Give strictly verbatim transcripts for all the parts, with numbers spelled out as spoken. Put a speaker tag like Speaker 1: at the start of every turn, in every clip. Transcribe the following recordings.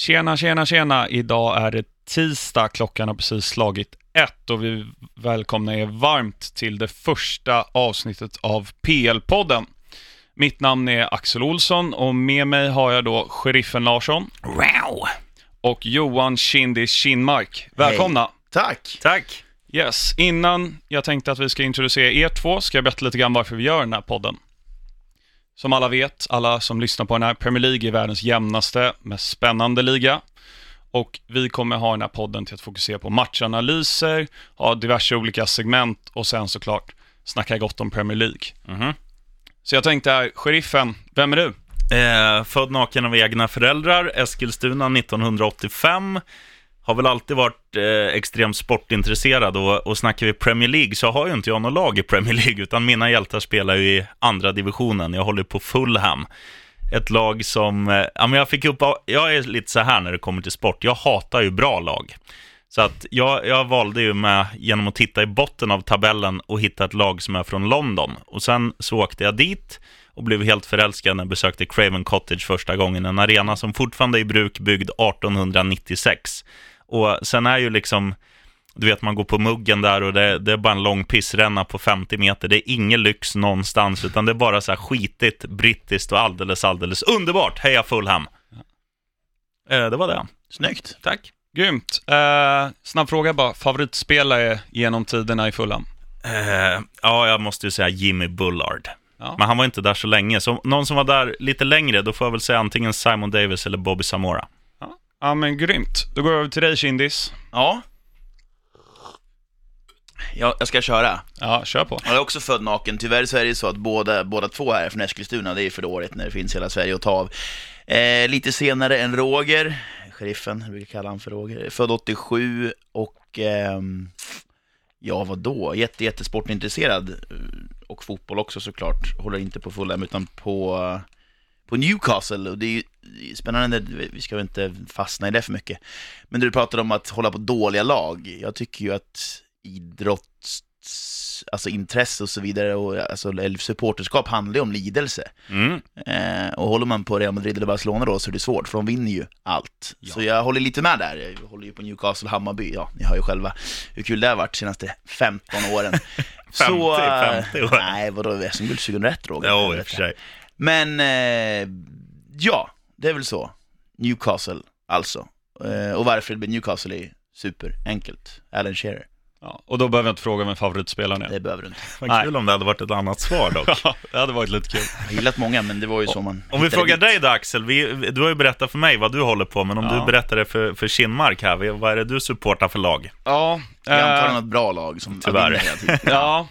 Speaker 1: Tjena, tjena, tjena. Idag är det tisdag. Klockan har precis slagit ett och vi välkomnar er varmt till det första avsnittet av P L-podden. Mitt namn är Axel Olsson och med mig har jag då Sheriffen Larsson.
Speaker 2: Wow.
Speaker 1: Och Johan Kindis Kinmark. Välkomna.
Speaker 2: Hej. Tack.
Speaker 3: Tack.
Speaker 1: Yes, innan jag tänkte att vi ska introducera er två ska jag berätta lite grann varför vi gör den här podden. Som alla vet, alla som lyssnar på den här, Premier League är världens jämnaste, mest spännande liga. Och vi kommer ha den här podden till att fokusera på matchanalyser, ha diverse olika segment och sen såklart snacka gott om Premier League.
Speaker 3: Mm-hmm.
Speaker 1: Så jag tänkte här, Sheriffen, vem är du?
Speaker 3: Eh, född naken av egna föräldrar, Eskilstuna nittonhundraåttiofem. Har väl alltid varit eh, extremt sportintresserad och, och snackar vi Premier League så har ju inte jag någon lag i Premier League utan mina hjältar spelar ju i andra divisionen. Jag håller på Fulham. Ett lag som, eh, ja men jag fick upp, jag är lite så här när det kommer till sport. Jag hatar ju bra lag. Så att jag, jag valde ju med genom att titta i botten av tabellen och hitta ett lag som är från London. Och sen så åkte jag dit och blev helt förälskad när jag besökte Craven Cottage första gången. En arena som fortfarande är i bruk, byggd arton nittiosex. Och sen är ju liksom, du vet man går på muggen där och det, det är bara en lång pissränna på femtio meter. Det är ingen lyx någonstans utan det är bara så här skitigt, brittiskt och alldeles, alldeles underbart. Heja Fulham! Eh, det var det.
Speaker 2: Snyggt.
Speaker 3: Tack.
Speaker 1: Grymt. Eh, snabb fråga bara, favoritspelare genom tiderna i Fulham?
Speaker 3: Eh, ja, jag måste ju säga Jimmy Bullard.
Speaker 1: Ja.
Speaker 3: Men han var inte där så länge. Så någon som var där lite längre, då får jag väl säga antingen Simon Davis eller Bobby Zamora.
Speaker 1: Ja, ja men grymt. Då går jag över till dig, Kindis.
Speaker 2: Ja. Jag, jag ska köra.
Speaker 1: Ja, kör på.
Speaker 2: Jag är också född naken. Tyvärr så är det ju så att båda, båda två här är från Eskilstuna. Det är för dåligt när det finns hela Sverige att ta av. Eh, lite senare än Roger. Sheriffen, jag brukar kalla han för Roger. Född åttiosju och... Ehm, ja, vadå? Jätte, jättesportintresserad. Och fotboll också såklart. Håller inte på Fulham utan på... på Newcastle, och det är ju spännande, vi ska väl inte fastna i det för mycket. Men du pratade om att hålla på dåliga lag. Jag tycker ju att idrott, alltså intresse och så vidare, och alltså supporterskap handlar ju om lidelse.
Speaker 3: Mm.
Speaker 2: Eh, och håller man på Real Madrid eller Barcelona då så är det svårt, för de vinner ju allt. Ja. Så jag håller lite med där. Jag håller ju på Newcastle, Hammarby. Ja, ni hör ju själva hur kul det har varit de senaste femton åren.
Speaker 3: femtio, femtio år.
Speaker 2: Nej, vadå, S M-guld tjugohundraett, Roger?
Speaker 3: Ja, i och för sig.
Speaker 2: Men eh, ja, det är väl så. Newcastle alltså. eh, Och varför det blir Newcastle är superenkelt. Alan Shearer.
Speaker 1: Ja, och då behöver jag inte fråga vem favoritspelaren är.
Speaker 2: Det behöver du inte.
Speaker 3: Vad kul om det hade varit ett annat svar dock.
Speaker 1: Ja, det hade varit lite kul.
Speaker 2: Jag har gillat många, men det var ju så man...
Speaker 3: Om vi frågar dig då, Axel, vi, du har ju berättat för mig vad du håller på, men om
Speaker 1: Ja.
Speaker 3: du berättar det för, för Kinmark här, vad är det du supportar för lag?
Speaker 1: Ja,
Speaker 2: Jag antar
Speaker 1: eh,
Speaker 2: något bra lag som
Speaker 3: tyvärr.
Speaker 2: vinner hela tiden.
Speaker 1: ja,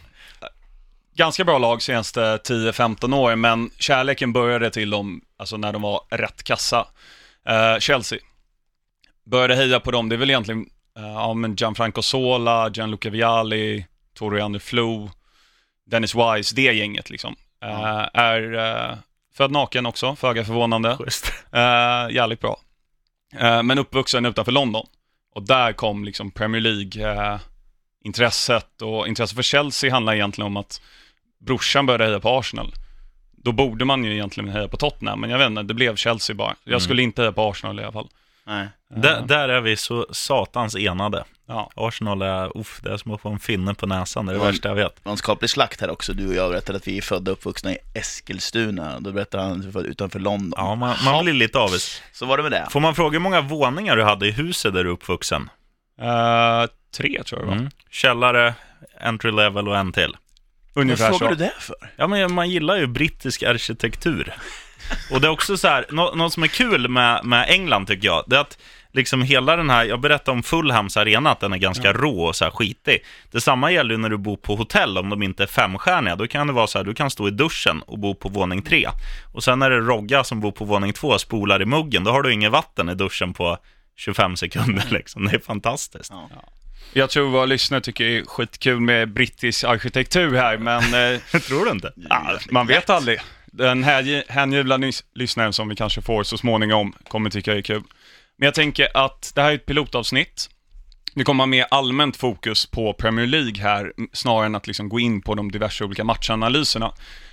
Speaker 1: ganska bra lag senaste tio femton år, men kärleken började till dem alltså när de var rätt kassa. Eh, Chelsea. Började heja på dem, det är väl egentligen uh, ja, men Gianfranco Sola, Gianluca Vialli, Toriano Flo, Dennis Wise, det gänget liksom. Uh, är uh, född naken också, föga förvånande.
Speaker 3: Just.
Speaker 1: Uh, jävligt bra. Uh, men uppvuxen utanför London. Och där kom liksom Premier League uh, intresset, och intresset för Chelsea handlar egentligen om att brorsan började heja på Arsenal. Då borde man ju egentligen heja på Tottenham, men jag vet inte, det blev Chelsea bara. Jag
Speaker 3: Mm.
Speaker 1: skulle inte heja på Arsenal i alla fall.
Speaker 2: Nej.
Speaker 3: Där, där är vi så satans enade.
Speaker 1: Ja.
Speaker 3: Arsenal är, uff, det är som att få en finne på näsan, det är det
Speaker 2: Mm.
Speaker 3: värsta jag vet.
Speaker 2: Man skaplig slakt här också. Du och jag berättade att vi är födda och uppvuxna i Eskilstuna. Då berättade han att vi är födda utanför London.
Speaker 3: Ja, man, man blir lite avis.
Speaker 2: Så var det med det.
Speaker 3: Får man fråga hur många våningar du hade i huset där du är uppvuxen?
Speaker 1: Uh, tre tror jag det var.
Speaker 3: Mm. Källare, entry level och en till.
Speaker 2: Vad
Speaker 1: Ungefär
Speaker 2: frågar
Speaker 1: så.
Speaker 2: du det för?
Speaker 3: Ja, men man gillar ju brittisk arkitektur. Och det är också så här, nå- något som är kul med, med England tycker jag, det är att liksom hela den här, jag berättade om Fulhams arena, att den är ganska ja. rå och så här skitig. Detsamma gäller ju när du bor på hotell, om de inte är femstjärniga, då kan det vara så här, du kan stå i duschen och bo på våning tre. Och sen när det är Rogga som bor på våning två och spolar i muggen, då har du inget vatten i duschen på tjugofem sekunder liksom. Det är fantastiskt.
Speaker 2: Ja.
Speaker 1: Ja. Jag tror våra lyssnare tycker det är skitkul med brittisk arkitektur här, men eh,
Speaker 3: Tror du inte?
Speaker 1: ja, man vet aldrig. Den här hängivna nys- lyssnaren som vi kanske får så småningom kommer tycka det är kul. Men jag tänker att det här är ett pilotavsnitt. Vi kommer ha mer allmänt fokus på Premier League här, snarare än att liksom gå in på de diverse olika matchanalyserna.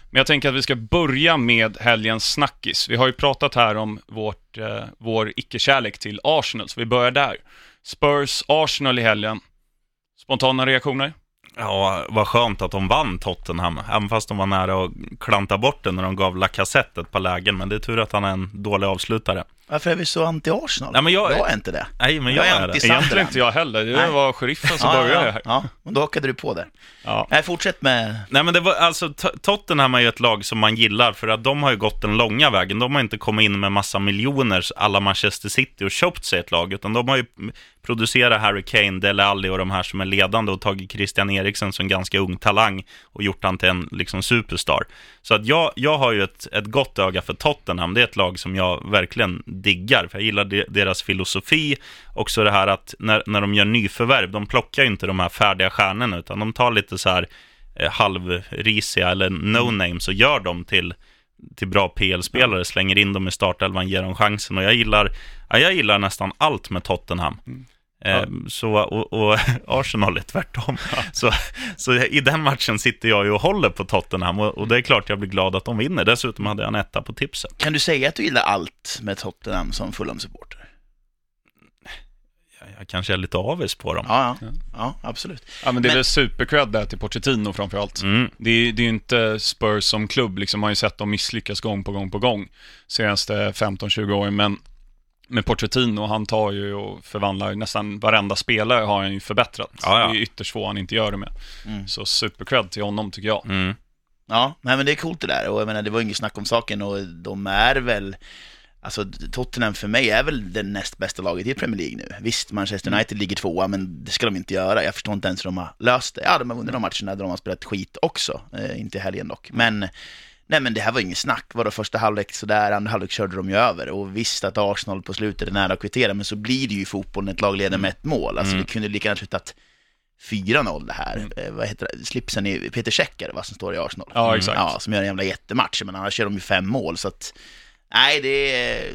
Speaker 1: Men jag tänker att vi ska börja med helgens snackis. Vi har ju pratat här om vårt, eh, vår icke-kärlek till Arsenal, så vi börjar där. Spurs-Arsenal i helgen. Spontana reaktioner?
Speaker 3: Ja, vad skönt att de vann Tottenham. Även fast de var nära att klanta bort den när de gav Lacazette ett par lägen. Men det är tur att han är en dålig avslutare.
Speaker 2: Varför är vi så anti-Arsenal?
Speaker 3: Nej, men jag,
Speaker 2: jag är inte det.
Speaker 3: Nej, men jag,
Speaker 2: jag
Speaker 3: är,
Speaker 2: är
Speaker 3: det.
Speaker 1: Egentligen inte jag heller. Det
Speaker 2: Nej.
Speaker 1: var sheriffen som
Speaker 2: ja,
Speaker 1: började
Speaker 2: ja,
Speaker 1: här.
Speaker 2: Ja, och då hakade du på det.
Speaker 1: Ja.
Speaker 2: Nej, fortsätt med...
Speaker 3: Nej, men det var, alltså, Tottenham är ju ett lag som man gillar för att de har ju gått den långa vägen. De har inte kommit in med massa miljoner alla Manchester City och köpt sig ett lag, utan de har ju producerat Harry Kane, Dele Alli och de här som är ledande och tagit Christian Eriksen som ganska ung talang och gjort han till en liksom superstar. Så att jag, jag har ju ett, ett gott öga för Tottenham. Det är ett lag som jag verkligen diggar, för jag gillar de, deras filosofi. Också det här att när, när de gör nyförvärv, de plockar ju inte de här färdiga stjärnorna, utan de tar lite så här eh, halvrisiga eller no-names och gör dem till, till bra P L-spelare, slänger in dem i startelvan, ger dem chansen. Och jag gillar, ja, jag gillar nästan allt med Tottenham. Mm. Eh, så, och, och Arsenal är tvärtom. Ja. Så, så i den matchen sitter jag ju och håller på Tottenham, och, och det är klart jag blir glad att de vinner. Dessutom hade jag en etta på tipset.
Speaker 2: Kan du säga att du gillar allt med Tottenham som Fulham-supporter?
Speaker 3: Jag, jag kanske är lite avis på dem.
Speaker 2: Ja, ja. ja absolut.
Speaker 1: Ja, men det är
Speaker 2: men...
Speaker 1: väl supercred där till Pochettino framförallt.
Speaker 3: Mm.
Speaker 1: Det är, det är ju inte Spurs som klubb, liksom, man har ju sett dem misslyckas gång på gång på gång senaste femton tjugo åren, men med Pochettino, han tar ju och förvandlar nästan varenda spelare, har han ju förbättrat.
Speaker 3: Ja, ja.
Speaker 1: Det är ytterst få han inte gör det med. Mm. Så supercred till honom tycker jag.
Speaker 3: Mm.
Speaker 2: Ja, nej, men det är coolt det där, och jag menar, det var inget snack om saken, och de är väl, alltså Tottenham för mig är väl det näst bästa laget i Premier League nu. Visst, Manchester United ligger tvåa, men det ska de inte göra. Jag förstår inte ens hur de har löst det. Ja, de har vunnit de matcherna där de har spelat skit också, eh, inte i helgen dock. Men nej, men det här var ingen snack. Var det första halvlek så där, andra halvlek körde de ju över. Och visst att Arsenal på slutet är nära att kvittera, men så blir det ju i fotbollen ett lag leder med ett mål. Alltså
Speaker 3: mm.
Speaker 2: det kunde lika gärna slutat fyra noll det här. Mm. Eh, vad heter det? Slipsen i Peter Checker, vad som står i Arsenal.
Speaker 1: Ja, exakt.
Speaker 2: Ja, som gör en jävla jättematch, men annars kör de ju fem mål, så att nej, det är...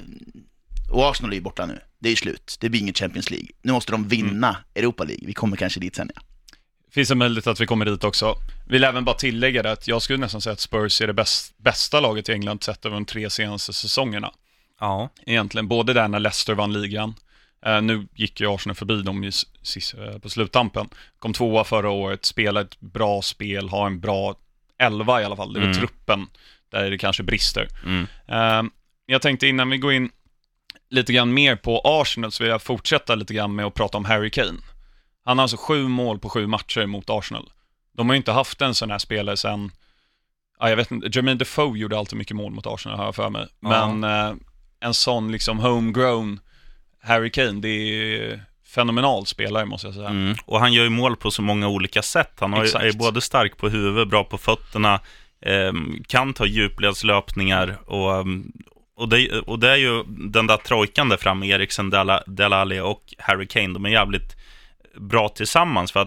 Speaker 2: Och Arsenal är ju borta nu. Det är ju slut. Det blir inget Champions League. Nu måste de vinna mm. Europa League. Vi kommer kanske dit sen, ja.
Speaker 1: Finns det möjlighet att vi kommer dit också. Vill även bara tillägga det att jag skulle nästan säga att Spurs är det bäst, bästa laget i England sett över de tre senaste säsongerna.
Speaker 3: Ja.
Speaker 1: Egentligen, både där när Leicester vann ligan. Uh, nu gick ju Arsenal förbi dem i, uh, på sluttampen. Kom tvåa förra året, spelade ett bra spel, har en bra elva i alla fall. Det är mm. truppen där det kanske brister.
Speaker 3: Mm.
Speaker 1: Uh, jag tänkte innan vi går in lite grann mer på Arsenal så vill jag fortsätta lite grann med att prata om Harry Kane. Han har alltså sju mål på sju matcher mot Arsenal. De har ju inte haft en sån här spelare sen... Ja, jag vet inte. Jermaine Defoe gjorde alltid mycket mål mot Arsenal, har jag för mig.
Speaker 3: Ja.
Speaker 1: Men eh, en sån liksom homegrown Harry Kane, det är fenomenal spelare, måste jag säga.
Speaker 3: Mm. Och han gör ju mål på så många olika sätt. Han har ju, är både stark på huvudet, bra på fötterna, eh, kan ta djupledslöpningar och... Och det, och det är ju den där trojkan där fram, Eriksen, Dele Alli och Harry Kane. De är jävligt bra tillsammans, för att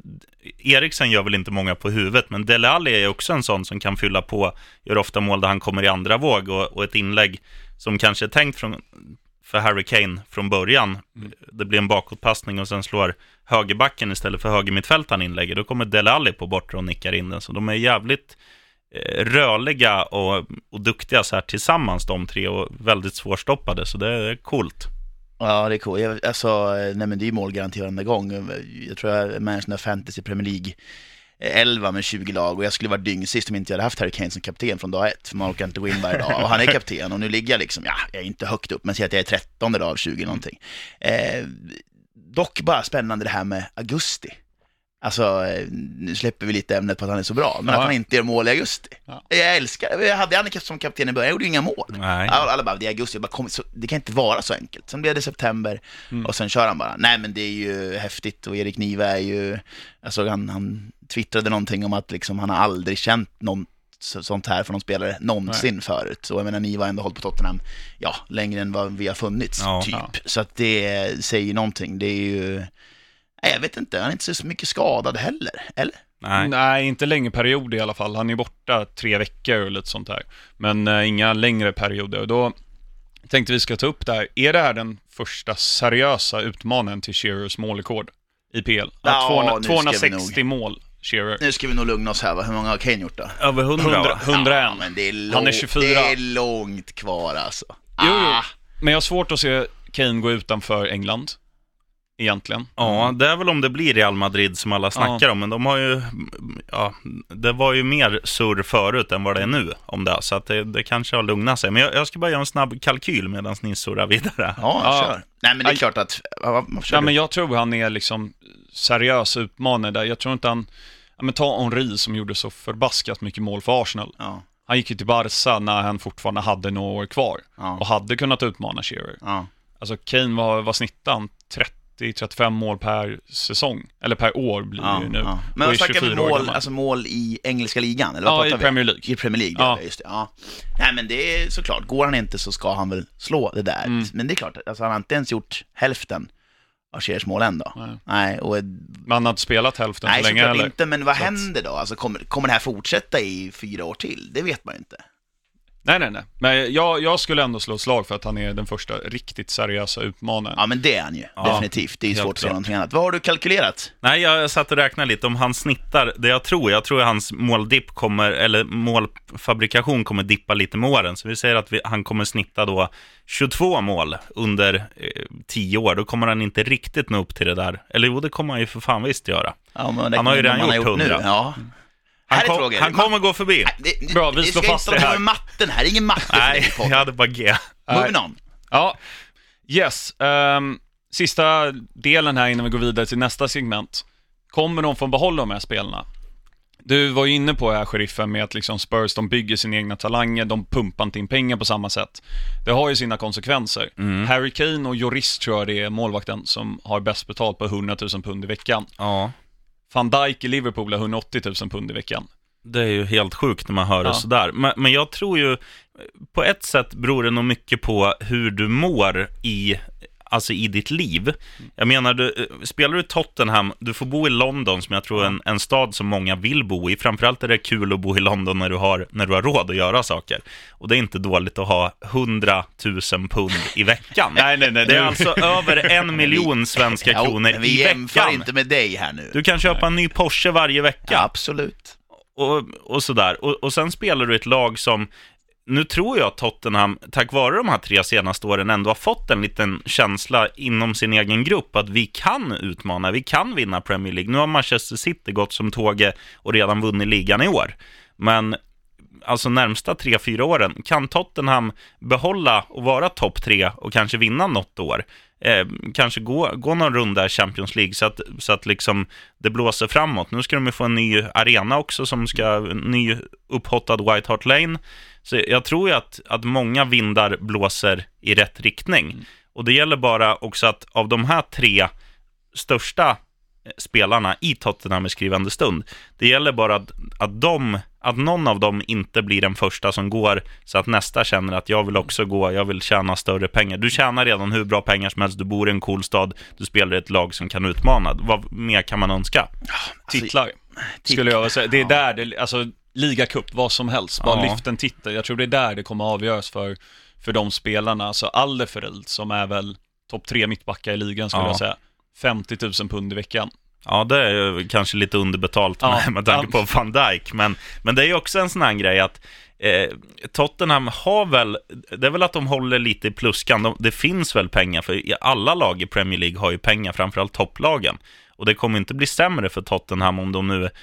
Speaker 3: Eriksen gör väl inte många på huvudet, men Dele Alli är också en sån som kan fylla på, gör ofta mål där han kommer i andra våg, och, och ett inlägg som kanske är tänkt från, för Harry Kane från början. Mm. Det blir en bakåtpassning och sen slår högerbacken istället för högermittfältaren inlägget. Då kommer Dele Alli på bortre och nickar in den. Så de är jävligt rörliga och, och duktiga så här tillsammans, de tre, och väldigt svårstoppade, så det är coolt.
Speaker 2: Ja, det är coolt. Jag, alltså, nej, men det är målgaranti varenda gång. Jag tror jag managade Fantasy Premier League elva med tjugo lag, och jag skulle vara dyngsist om inte jag hade haft Harry Kane som kapten från dag ett, för man orkar inte gå in varje dag, och han är kapten, och nu ligger jag liksom, ja, jag är inte högt upp, men säg att jag är trettonde dag av tjugo någonting. Eh, dock bara spännande det här med augusti. Alltså, nu släpper vi lite ämnet på att han är så bra, men ja. Att han inte gör mål i augusti. Ja. Jag älskar, jag hade Annika som kapten i början, jag gjorde ju inga mål.
Speaker 3: Nej.
Speaker 2: Alla bara, det är augusti, jag bara, kom, så, det kan inte vara så enkelt. Sen blev det september, mm. och sen kör han bara. Nej, men det är ju häftigt, och Erik Niva är ju, alltså han, han twittrade någonting om att liksom, han har aldrig känt någon sånt här för någon spelare någonsin. Nej. Förut. Så jag menar, Niva har ändå hållit på Tottenham, ja, längre än vad vi har funnits, ja. Typ. Ja. Så att det säger någonting, det är ju... Jag vet inte, han är inte så mycket skadad heller, eller?
Speaker 1: Nej, Nej inte längre period i alla fall. Han är borta tre veckor och lite sånt här. Men uh, inga längre perioder. Och då tänkte vi ska ta upp där. Är det här den första seriösa utmaningen till Shearers målrekord i P L?
Speaker 2: Ja,
Speaker 1: tvåhundra, tvåhundrasextio mål Shearer.
Speaker 2: Nu ska vi nog lugna oss här, va? Hur många har Kane gjort då?
Speaker 3: Över hundra,
Speaker 1: hundra,
Speaker 3: va?
Speaker 1: hundra
Speaker 2: Ja, men det är lång,
Speaker 1: Han är tjugofyra.
Speaker 2: Det är långt kvar alltså.
Speaker 1: Jo, jo.
Speaker 2: Ah.
Speaker 1: Men jag har svårt att se Kane gå utanför England. Egentligen.
Speaker 3: Ja, det är väl om det blir Real Madrid som alla snackar
Speaker 1: Ja.
Speaker 3: om. Men de har ju, ja, det var ju mer surr förut än vad det är nu om det. Så att det, det kanske har lugnat sig. Men jag, jag ska bara göra en snabb kalkyl medan ni surrar vidare.
Speaker 2: Ja,
Speaker 1: Ja.
Speaker 2: kör. Nej, men det är
Speaker 1: Aj.
Speaker 2: klart att... Ja, vad kör
Speaker 1: Ja,
Speaker 2: du?
Speaker 1: men jag tror han är liksom seriös utmanare där. Jag tror inte han... Ja, men ta Henry som gjorde så förbaskat mycket mål för Arsenal.
Speaker 2: Ja,
Speaker 1: Han gick ju till Barca när han fortfarande hade några år kvar.
Speaker 2: ja,
Speaker 1: Och hade kunnat utmana Shearer.
Speaker 2: ja.
Speaker 1: Alltså Kane var, var snittan trettio till trettiofem mål per säsong. Eller per år blir det
Speaker 2: Ja,
Speaker 1: ju nu.
Speaker 2: ja. Men
Speaker 1: Och
Speaker 2: vad
Speaker 1: är
Speaker 2: snackar vi
Speaker 1: tjugofyra år
Speaker 2: mål,
Speaker 1: gammal.
Speaker 2: alltså mål i engelska ligan? Eller vad
Speaker 1: Ja,
Speaker 2: pratar
Speaker 1: i
Speaker 2: vi?
Speaker 1: Premier League.
Speaker 2: I Premier League,
Speaker 1: Ja.
Speaker 2: ja. Just det. Ja. Nej, men det är såklart. Går han inte så ska han väl slå det där.
Speaker 1: Mm.
Speaker 2: Men det är klart, alltså, han har inte ens gjort hälften av Shearers mål ändå.
Speaker 1: Nej.
Speaker 2: Nej, och...
Speaker 1: Man har inte spelat hälften
Speaker 2: Nej,
Speaker 1: så länge
Speaker 2: såklart
Speaker 1: eller?
Speaker 2: inte. Men vad
Speaker 1: Så att-
Speaker 2: händer då? Alltså, kommer, kommer det här fortsätta i fyra år till? Det vet man ju inte.
Speaker 1: Nej, nej, nej. Men jag, jag skulle ändå slå ett slag för att han är den första riktigt seriösa utmanaren.
Speaker 2: Ja, men det är han ju.
Speaker 3: Ja,
Speaker 2: Definitivt. Det är ju
Speaker 3: helt
Speaker 2: svårt att säga
Speaker 3: klart.
Speaker 2: någonting annat. Vad har du kalkylerat?
Speaker 3: Nej, jag satt och räknade lite om han snittar. Det jag tror, jag tror att hans måldipp kommer, eller målfabrikation kommer dippa lite med åren. Så vi säger att vi, han kommer snitta då tjugotvå mål under eh, tio år. Då kommer han inte riktigt nå upp till det där. Eller jo, det kommer han ju för fan visst göra.
Speaker 2: Ja, men det
Speaker 3: Han har ju
Speaker 2: kan
Speaker 3: redan
Speaker 2: man
Speaker 3: gjort
Speaker 2: nu.
Speaker 3: hundra.
Speaker 2: Ja.
Speaker 3: Han,
Speaker 2: Här är
Speaker 3: kom,
Speaker 2: frågor.
Speaker 3: han kommer gå förbi.
Speaker 2: Nej, det, det,
Speaker 1: Bra, vi
Speaker 2: det
Speaker 1: slår
Speaker 2: ska
Speaker 1: fast
Speaker 2: inte
Speaker 1: det
Speaker 2: hålla
Speaker 1: här.
Speaker 2: med matten här. Ingen matte för
Speaker 3: Nej,
Speaker 2: dig på.
Speaker 3: jag hade bara G.
Speaker 2: Moving on.
Speaker 1: Ja, yes. Um, sista delen här innan vi går vidare till nästa segment. Kommer de få behålla de här spelarna? Du var ju inne på här, sheriffen, med att liksom Spurs, de bygger sina egna talanger, de pumpar inte in pengar på samma sätt. Det har ju sina konsekvenser.
Speaker 3: Mm.
Speaker 1: Harry Kane och Lloris tror jag det är målvakten som har bäst betalt på hundratusen pund i veckan.
Speaker 3: Ja,
Speaker 1: Van Dijk i Liverpool har hundraåttio tusen pund i veckan.
Speaker 3: det är ju helt sjukt när man hör det
Speaker 1: Ja.
Speaker 3: sådär. Men, men jag tror ju, på ett sätt beror det nog mycket på hur du mår i, alltså i ditt liv. Jag menar, du, spelar du i Tottenham, du får bo i London, som jag tror är en, en stad som många vill bo i. Framförallt är det kul att bo i London när du har, när du har råd att göra saker. Och det är inte dåligt att ha hundratusen pund i veckan.
Speaker 1: Nej, nej, nej.
Speaker 3: Det är
Speaker 1: du-
Speaker 3: alltså över en miljon svenska
Speaker 2: Ja,
Speaker 3: kronor
Speaker 2: men vi
Speaker 3: i
Speaker 2: jämför
Speaker 3: veckan.
Speaker 2: inte med dig här nu.
Speaker 3: Du kan köpa en ny Porsche varje vecka.
Speaker 2: Ja, absolut.
Speaker 3: Och, och sådär. Och, och sen spelar du ett lag som, nu tror jag att Tottenham, tack vare de här tre senaste åren, ändå har fått en liten känsla inom sin egen grupp att vi kan utmana, vi kan vinna Premier League. Nu har Manchester City gått som tåge och redan vunnit ligan i år. Men alltså närmsta tre, fyra åren, kan Tottenham behålla och vara topp tre och kanske vinna något år? Eh, kanske gå, gå någon runda i Champions League så att, så att liksom det blåser framåt. Nu ska de ju få en ny arena också, som ska, en ny upphottad White Hart Lane. Så jag tror ju att, att många vindar blåser i rätt riktning. Mm. Och det gäller bara också att av de här tre största spelarna i Tottenham i skrivande stund, det gäller bara att, att, de, att någon av dem inte blir den första som går, så att nästa känner att jag vill också gå, jag vill tjäna större pengar. Du tjänar redan hur bra pengar som helst, du bor i en cool stad, du spelar i ett lag som kan utmana. Vad mer kan man önska?
Speaker 1: Titlar, skulle jag säga. Det är där det, alltså ligacup, vad som helst, bara
Speaker 3: Ja.
Speaker 1: lyft en titel. Jag tror det är där det kommer avgöras för, för de spelarna. Alltså Alderfereld, som är väl topp tre mittbackar i ligan, skulle
Speaker 3: Ja.
Speaker 1: jag säga, femtio tusen pund i veckan.
Speaker 3: Ja, det är ju kanske lite underbetalt
Speaker 1: Ja,
Speaker 3: med, med tanke på Van Dijk. Men, men det är ju också en sån här grej att eh, Tottenham har väl, det är väl att de håller lite i pluskan. De, det finns väl pengar, för i alla lag i Premier League har ju pengar, framförallt topplagen. Och det kommer inte bli sämre för Tottenham om de nu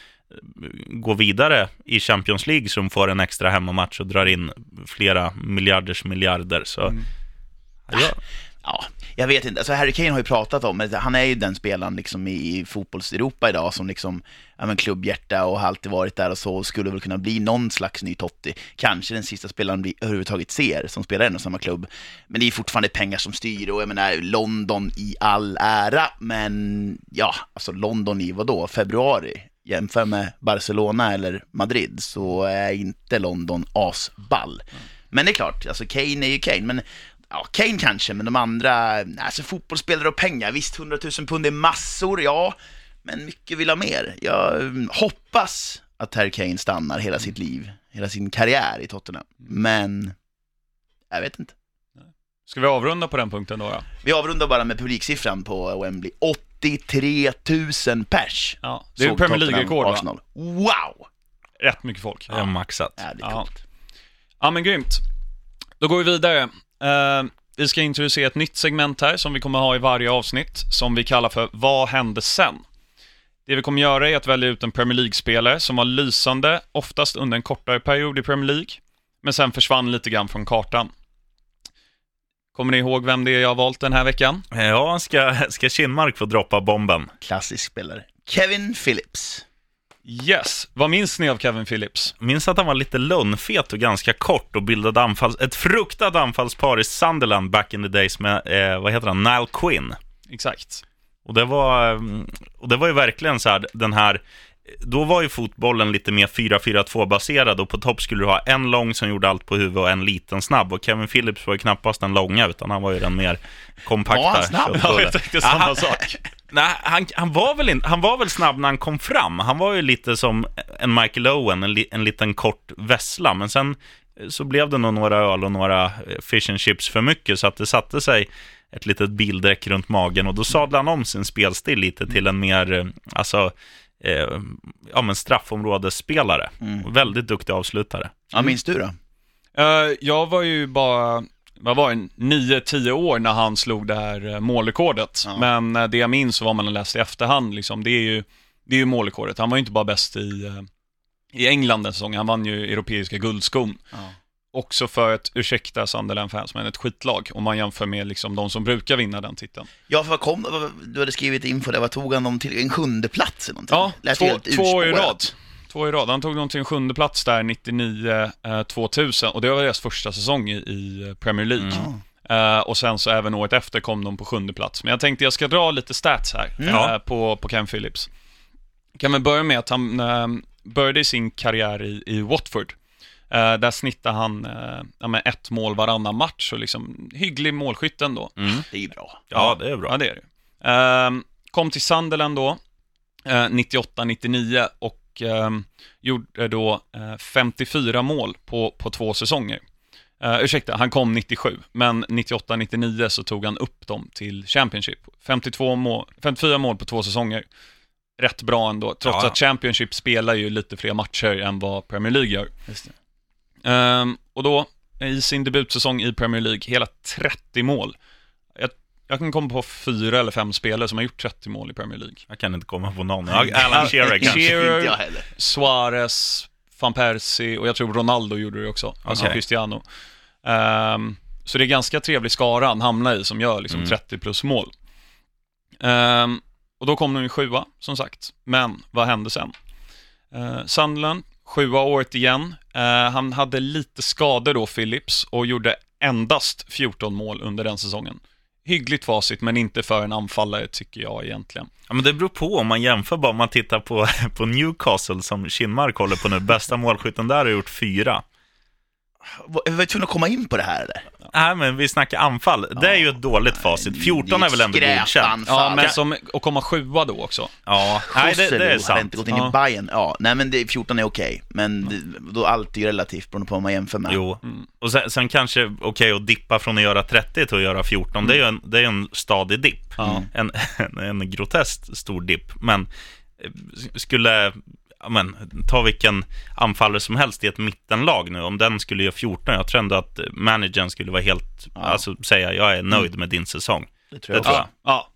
Speaker 3: går vidare i Champions League, som får en extra hemmamatch och drar in flera miljarders miljarder. Så
Speaker 1: Mm.
Speaker 3: ja.
Speaker 2: Ja, jag vet inte. Alltså Harry Kane har ju pratat om, han är ju den spelaren liksom i fotbolls-Europa idag som liksom, ja men klubbhjärta och har alltid varit där och så, och skulle väl kunna bli någon slags ny Totti. Kanske den sista spelaren vi överhuvudtaget ser som spelar i en och samma klubb. Men det är fortfarande pengar som styr, och jag menar London i all ära, men ja, alltså London i vad då? Februari? Jämför med Barcelona eller Madrid så är inte London asball. Men det är klart, alltså Kane är ju Kane, men ja, Kane kanske, men de andra, alltså fotbollsspelare och pengar, visst hundratusen pund är massor, ja, men mycket vill ha mer. Jag hoppas att Harry Kane stannar hela sitt liv, hela sin karriär i Tottenham, men jag vet inte.
Speaker 1: Ska vi avrunda på den punkten då? Ja?
Speaker 2: Vi avrundar bara med publiksiffran på Wembley. åttio åttiotre tusen pers.
Speaker 1: Ja, det är
Speaker 2: såg
Speaker 1: Premier
Speaker 2: Tottenham
Speaker 1: League-rekord, va?
Speaker 2: Arsenal. Wow!
Speaker 1: Rätt mycket folk.
Speaker 3: Det är maxat.
Speaker 2: Ja, det är
Speaker 1: Ja.
Speaker 2: coolt.
Speaker 1: Ja, men grymt. Då går vi vidare. Uh, vi ska introducera ett nytt segment här som vi kommer ha i varje avsnitt, som vi kallar för Vad hände sen? Det vi kommer göra är att välja ut en Premier League-spelare som var lysande, oftast under en kortare period i Premier League, men sen försvann lite grann från kartan. Kommer ni ihåg vem det är jag har valt den här veckan?
Speaker 3: Ja, ska, ska Kinmark få droppa bomben?
Speaker 2: Klassisk spelare. Kevin Phillips.
Speaker 1: Yes. Vad minns ni av Kevin Phillips?
Speaker 3: Minns att han var lite lönnfet och ganska kort och bildade anfalls, ett fruktat anfallspar i Sunderland back in the days med, eh, vad heter han, Niall Quinn.
Speaker 1: Exakt.
Speaker 3: Och det var, och det var ju verkligen så här, den här, då var ju fotbollen lite mer fyra fyra två baserad, och på topp skulle du ha en lång som gjorde allt på huvudet och en liten snabb, och Kevin Phillips var ju knappast den långa, utan han var ju den mer kompakta.
Speaker 2: Var han snabb?
Speaker 1: Ja, jag tänkte samma
Speaker 3: han,
Speaker 1: sak.
Speaker 3: Nej, han, han, var väl in, han var väl snabb när han kom fram. Han var ju lite som en Michael Owen, en, li, en liten kort vässla, men sen så blev det nog några öl och några fish and chips för mycket, så att det satte sig ett litet bildräck runt magen, och då sadlade han om sin spelstil lite till en mer, alltså, eh, ja, men straffområdesspelare.
Speaker 2: Mm.
Speaker 3: Väldigt duktig avslutare.
Speaker 2: Ja, minns du då?
Speaker 1: Uh, jag var ju bara, vad var det, nio tio år när han slog det här uh, målrekordet.
Speaker 2: Ja.
Speaker 1: Men uh, det jag minns och vad man har läst i efterhand, liksom, det är ju, det är ju målrekordet. Han var ju inte bara bäst i, uh, i England den säsongen, han vann ju europeiska guldskon.
Speaker 2: Ja.
Speaker 1: Också för ett, ursäkta Sunderland-fans, men ett skitlag om man jämför med liksom, de som brukar vinna den titeln.
Speaker 2: Ja, för vad kom, vad, du hade skrivit info där, vad tog han dem till? En sjunde plats eller någonting?
Speaker 1: Ja,
Speaker 2: Lät
Speaker 1: två,
Speaker 2: helt
Speaker 1: två år i
Speaker 2: urspårat.
Speaker 1: rad. Två år i rad. Han tog dem till en sjunde plats där nittionio tvåtusen, och det var deras första säsong i, i Premier League.
Speaker 2: Mm.
Speaker 1: Uh, och sen så även året efter kom de på sjunde plats. Men jag tänkte jag ska dra lite stats här
Speaker 2: Mm.
Speaker 1: uh, på, på Ken Phillips. Kan vi börja med att han uh, började sin karriär i, i Watford. Uh, där snittade han uh, ja, med ett mål varannan match, och liksom hygglig målskytten då.
Speaker 3: Mm.
Speaker 2: Det är ju bra.
Speaker 3: Ja, det är bra.
Speaker 1: Ja, det är det. Uh, kom till Sunderland då, uh, nittioåtta nittionio, och uh, gjorde då uh, femtiofyra mål på, på två säsonger. Uh, ursäkta, han kom nittiosju, men nittioåtta nittionio så tog han upp dem till Championship. femtiotvå mål, femtiofyra mål på två säsonger. Rätt bra ändå, trots
Speaker 3: Ja.
Speaker 1: att Championship spelar ju lite fler matcher än vad Premier League gör.
Speaker 2: Just det.
Speaker 1: Um, och då, i sin debutsäsong i Premier League, hela trettio mål. Jag, jag kan komma på fyra eller fem spelare som har gjort trettio mål i Premier League.
Speaker 3: Jag kan inte komma på någon. Ja, Alan Shearer kanske.
Speaker 1: Shearer,
Speaker 2: Inte jag heller.
Speaker 1: Suarez, Van Persie, och jag tror Ronaldo gjorde det också, alltså
Speaker 3: Okej.
Speaker 1: Cristiano. Um, så det är ganska trevlig skara han hamnar i, som gör liksom
Speaker 3: Mm.
Speaker 1: trettio plus mål. Um, och då kom de ju sjua, som sagt. Men vad hände sen? Uh, Sunderland, sjua året igen. Uh, han hade lite skador då, Phillips, och gjorde endast fjorton mål under den säsongen. Hyggligt facit, men inte för en anfallare, tycker jag egentligen.
Speaker 3: Ja, men det beror på om man jämför, bara om man tittar på, på Newcastle som Kinmark håller på nu. Bästa målskytten där har gjort fyra.
Speaker 2: Var vi tvungna att komma in på det här eller?
Speaker 3: Nej, men vi snackar anfall. Det är ju ett dåligt facit. fjorton är väl ändå godkänt.
Speaker 2: Skräpanfall.
Speaker 1: Ja, men som, och komma sjua då också.
Speaker 3: Ja, nej, det, det är
Speaker 2: Joselu hade
Speaker 3: sant.
Speaker 2: inte gått in
Speaker 1: Ja.
Speaker 2: i Bayern. Ja, nej men det, fjorton är okej. Men det, då allt är ju relativt beroende på vad man jämför med.
Speaker 3: Jo,
Speaker 1: Mm.
Speaker 3: och sen, sen kanske okej okay, att dippa från att göra trettio till att göra fjorton. Det är ju en, det är en stadig dipp.
Speaker 1: Ja.
Speaker 3: En, en, en groteskt stor dipp. Men eh, skulle, ja, men, ta vilken anfallare som helst i ett mittenlag nu. Om den skulle göra fjorton, jag tror ändå att managern skulle vara helt,
Speaker 2: Ja.
Speaker 3: alltså säga jag är nöjd med din säsong.
Speaker 2: Det tror jag
Speaker 3: Det tror
Speaker 2: också.
Speaker 3: jag.
Speaker 1: Ja.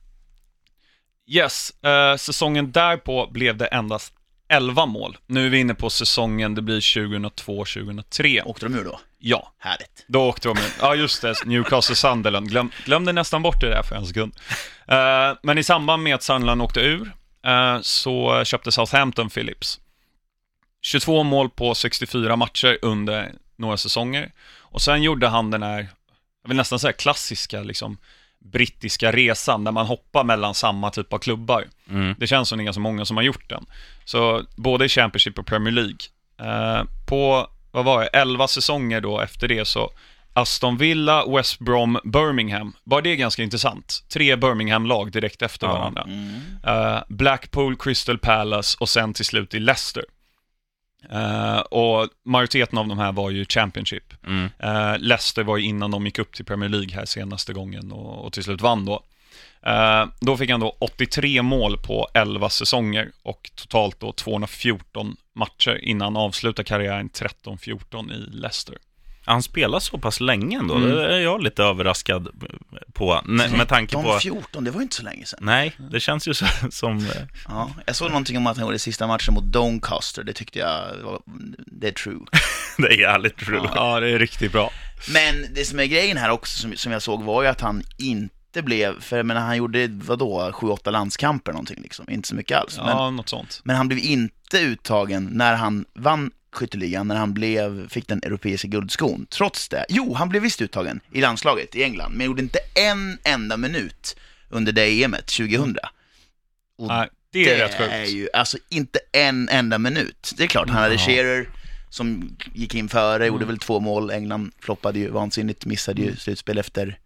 Speaker 1: Yes, uh, säsongen därpå blev det endast elva mål. Nu är vi inne på säsongen, det blir tjugohundratvå tjugohundratre.
Speaker 2: Åkte de ur då?
Speaker 1: Ja,
Speaker 2: Härligt.
Speaker 1: då åkte de. Ja, just det, Newcastle Sunderland. Glöm, glömde nästan bort det där för en sekund. Uh, men i samband med att Sunderland åkte ur uh, så köpte Southampton Phillips. tjugotvå mål på sextiofyra matcher under några säsonger. Och sen gjorde han den här, jag vill nästan säga klassiska liksom, brittiska resan där man hoppar mellan samma typ av klubbar.
Speaker 3: Mm.
Speaker 1: Det känns som det är ganska många som har gjort den. Så både i Championship och Premier League. Eh, på, vad var det, elva säsonger då efter det så Aston Villa, West Brom, Birmingham. Bara det är ganska intressant. Tre Birmingham-lag direkt efter
Speaker 3: Ja.
Speaker 1: varandra.
Speaker 2: Mm.
Speaker 1: Eh, Blackpool, Crystal Palace och sen till slut i Leicester. Uh, och majoriteten av de här var ju Championship.
Speaker 3: Mm.
Speaker 1: uh, Leicester var ju innan de gick upp till Premier League här senaste gången och, och till slut vann då. Eh, då fick han då åttiotre mål på elva säsonger och totalt då tvåhundrafjorton matcher innan han avslutade karriären tretton fjorton i Leicester.
Speaker 3: Han spelar så pass länge ändå,
Speaker 1: Mm.
Speaker 3: det är jag lite överraskad på, med tanke på...
Speaker 2: fjorton, det var ju inte så länge sedan.
Speaker 3: Nej, det känns ju så, som...
Speaker 2: Ja, jag såg någonting om att han gjorde sista matchen mot Doncaster, det tyckte jag var, det är true.
Speaker 3: Det är jävligt true.
Speaker 1: Ja, det är riktigt bra.
Speaker 2: Men det som är grejen här också, som, som jag såg, var ju att han inte blev, för jag menar, han gjorde, vadå, sju åtta landskamper någonting liksom, inte så mycket alls.
Speaker 1: Ja,
Speaker 2: Men,
Speaker 1: något sånt.
Speaker 2: men han blev inte uttagen när han vann skytteligan, när han blev, fick den europeiska guldskon. Trots det, jo, han blev visst uttagen i landslaget i England, men gjorde inte en enda minut under det E M:et tjugohundra. Och
Speaker 1: Nej, det är
Speaker 2: det
Speaker 1: rätt sjukt.
Speaker 2: är ju, alltså inte en enda minut. Det är klart, han hade
Speaker 1: Ja.
Speaker 2: Shearer som gick in före, gjorde väl två mål. England floppade ju vansinnigt, missade ju slutspel efter,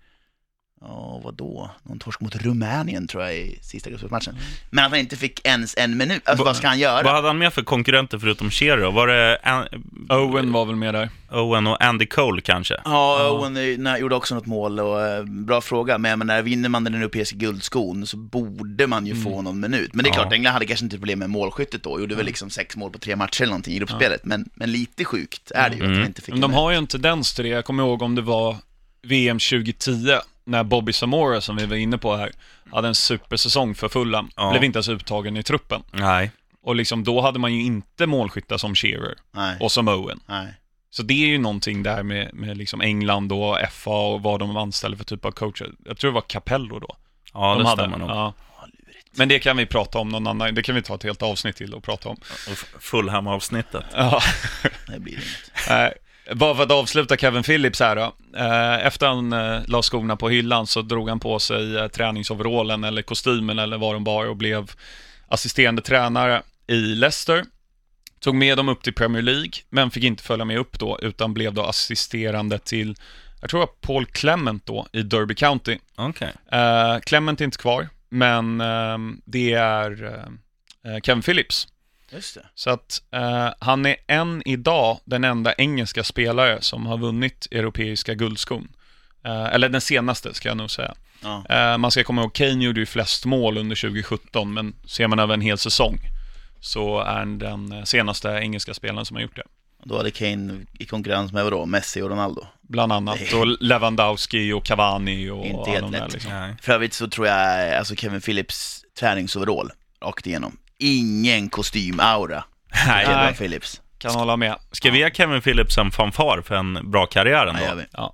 Speaker 2: ja, vadå? Någon torsk mot Rumänien tror jag i sista gruppmatchen. Men att han inte fick ens en minut. Alltså, vad ska han göra?
Speaker 3: Vad hade han med för konkurrenter förutom Shearer? Var det An-
Speaker 1: Owen var väl med där.
Speaker 3: Owen och Andy Cole kanske?
Speaker 2: Ja, Owen eh, gjorde också något mål och eh, bra fråga. Men när vinner man den europeiska guldskon så borde man ju få någon minut. Men det är
Speaker 3: Ja.
Speaker 2: klart, England hade kanske inte problem med målskyttet då. Gjorde väl liksom sex mål på tre matcher eller någonting i gruppspelet. Men, men lite sjukt är det ju att han inte fick
Speaker 1: Men de
Speaker 2: en
Speaker 1: har ju en tendens till det. Jag kommer ihåg om det var V M tjugohundratio när Bobby Zamora, som vi var inne på här, hade en supersäsong för Fulham.
Speaker 3: Ja.
Speaker 1: Blev inte ens uttagen i truppen.
Speaker 3: Nej.
Speaker 1: Och liksom då hade man ju inte målskyttar som Shearer
Speaker 2: Nej,
Speaker 1: och som Owen.
Speaker 2: nej.
Speaker 1: Så det är ju någonting där med, med liksom England och F A och vad de anställer för typ av coacher. Jag tror det var Capello då.
Speaker 3: Ja,
Speaker 1: de
Speaker 3: det
Speaker 1: hade.
Speaker 3: stämmer nog.
Speaker 1: Ja.
Speaker 2: Ja, lurigt.
Speaker 1: Men det kan vi prata om någon annan. Det kan vi ta ett helt avsnitt till och prata om.
Speaker 3: Och Fulham-avsnittet.
Speaker 1: Ja.
Speaker 2: Det blir inget.
Speaker 1: Eh, bara för att avsluta Kevin Phillips här då. Eh, efter han eh, la skorna på hyllan så drog han på sig eh, träningsoverallen eller kostymen eller vad de bar och blev assisterande tränare i Leicester. Tog med dem upp till Premier League men fick inte följa med upp då utan blev då assisterande till, jag tror det var Paul Clement då i Derby County.
Speaker 3: Okej.
Speaker 1: Eh, Clement är inte kvar men eh, det är eh, Kevin Phillips.
Speaker 2: Just det.
Speaker 1: Så att eh, han är än idag den enda engelska spelare som har vunnit europeiska guldskon. Eh, eller den senaste ska jag nog säga.
Speaker 2: Ja.
Speaker 1: Eh, man ska komma ihåg, Kane gjorde ju flest mål under tjugosjutton, men ser man över en hel säsong så är han den senaste engelska spelaren som har gjort det.
Speaker 2: Då hade Kane i konkurrens med vadå? Messi och Ronaldo.
Speaker 1: Bland annat, och Lewandowski och Cavani och
Speaker 2: Inte
Speaker 1: alla
Speaker 2: helt
Speaker 1: de där
Speaker 2: lätt.
Speaker 1: liksom.
Speaker 3: Nej.
Speaker 2: För övrigt så tror jag, alltså Kevin Phillips träningsoverall rakt igenom. Ingen kostym-aura.
Speaker 3: Nej.
Speaker 2: Kevin
Speaker 1: Nej.
Speaker 2: Phillips.
Speaker 1: Kan hålla med.
Speaker 3: Ska vi ge Kevin Phillips en fanfar för en bra karriär ändå?
Speaker 2: Ja, gör vi.
Speaker 1: Ja.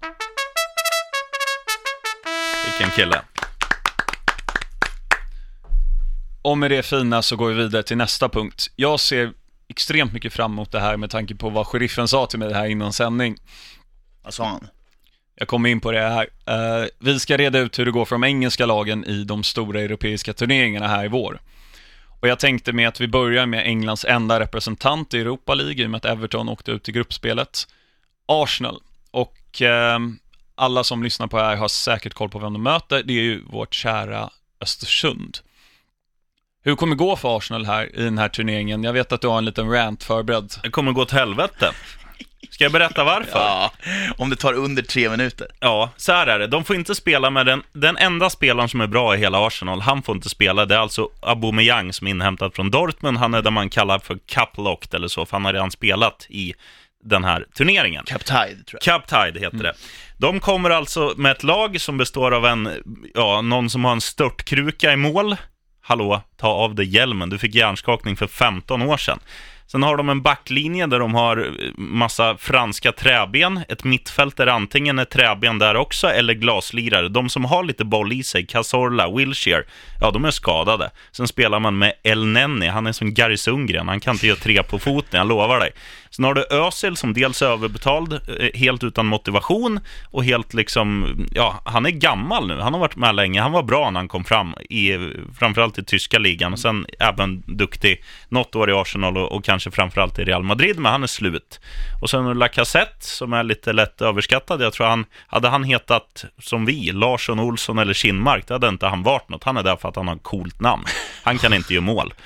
Speaker 3: Vilken kille.
Speaker 1: Och med det fina så går vi vidare till nästa punkt. Jag ser extremt mycket fram emot det här med tanke på vad sheriffen sa till mig här innan sändning.
Speaker 2: Vad sa han?
Speaker 1: Jag kommer in på det här. Uh, vi ska reda ut hur det går för de engelska lagen i de stora europeiska turneringarna här i vår. Och jag tänkte med att vi börjar med Englands enda representant i Europa League i och med att Everton åkte ut i gruppspelet. Arsenal. Och uh, alla som lyssnar på det här har säkert koll på vem de möter. Det är ju vårt kära Östersund. Hur kommer det gå för Arsenal här i den här turneringen? Jag vet att du har en liten rant förberedd.
Speaker 3: Det kommer gå åt helvete. Ska jag berätta varför?
Speaker 2: Ja, om det tar under tre minuter.
Speaker 3: Ja, så här är det. De får inte spela med den, den enda spelaren som är bra i hela Arsenal. Han får inte spela. Det är alltså Aubameyang som är inhämtad från Dortmund. Han är det man kallar för cup-locked eller så, för han har redan spelat i den här turneringen.
Speaker 2: Captide, tror jag.
Speaker 3: Captide heter det. De kommer alltså med ett lag som består av en, ja, någon som har en störtkruka i mål. Hallå, ta av dig hjälmen. Du fick hjärnskakning för femton år sedan. Sen har de en backlinje där de har massa franska träben. Ett mittfält där antingen är träben där också eller glaslirare. De som har lite boll i sig, Cazorla, Wilshere, ja, de är skadade. Sen spelar man med El Neni. Han är som Gary Sundgren. Han kan inte göra tre på foten, jag lovar dig. Sen har du Özil som dels är överbetald, helt utan motivation och helt liksom, ja, han är gammal nu. Han har varit med länge. Han var bra när han kom fram i, framförallt i tyska ligan och sen även duktig något år i Arsenal och, och kanske framförallt i Real Madrid, men han är slut. Och sen har du Lacazette som är lite lätt överskattad. Jag tror han, hade han hetat som vi, Larsson, Olsson eller Kinmark, det hade inte han varit något. Han är där för att han har ett coolt namn. Han kan inte göra mål.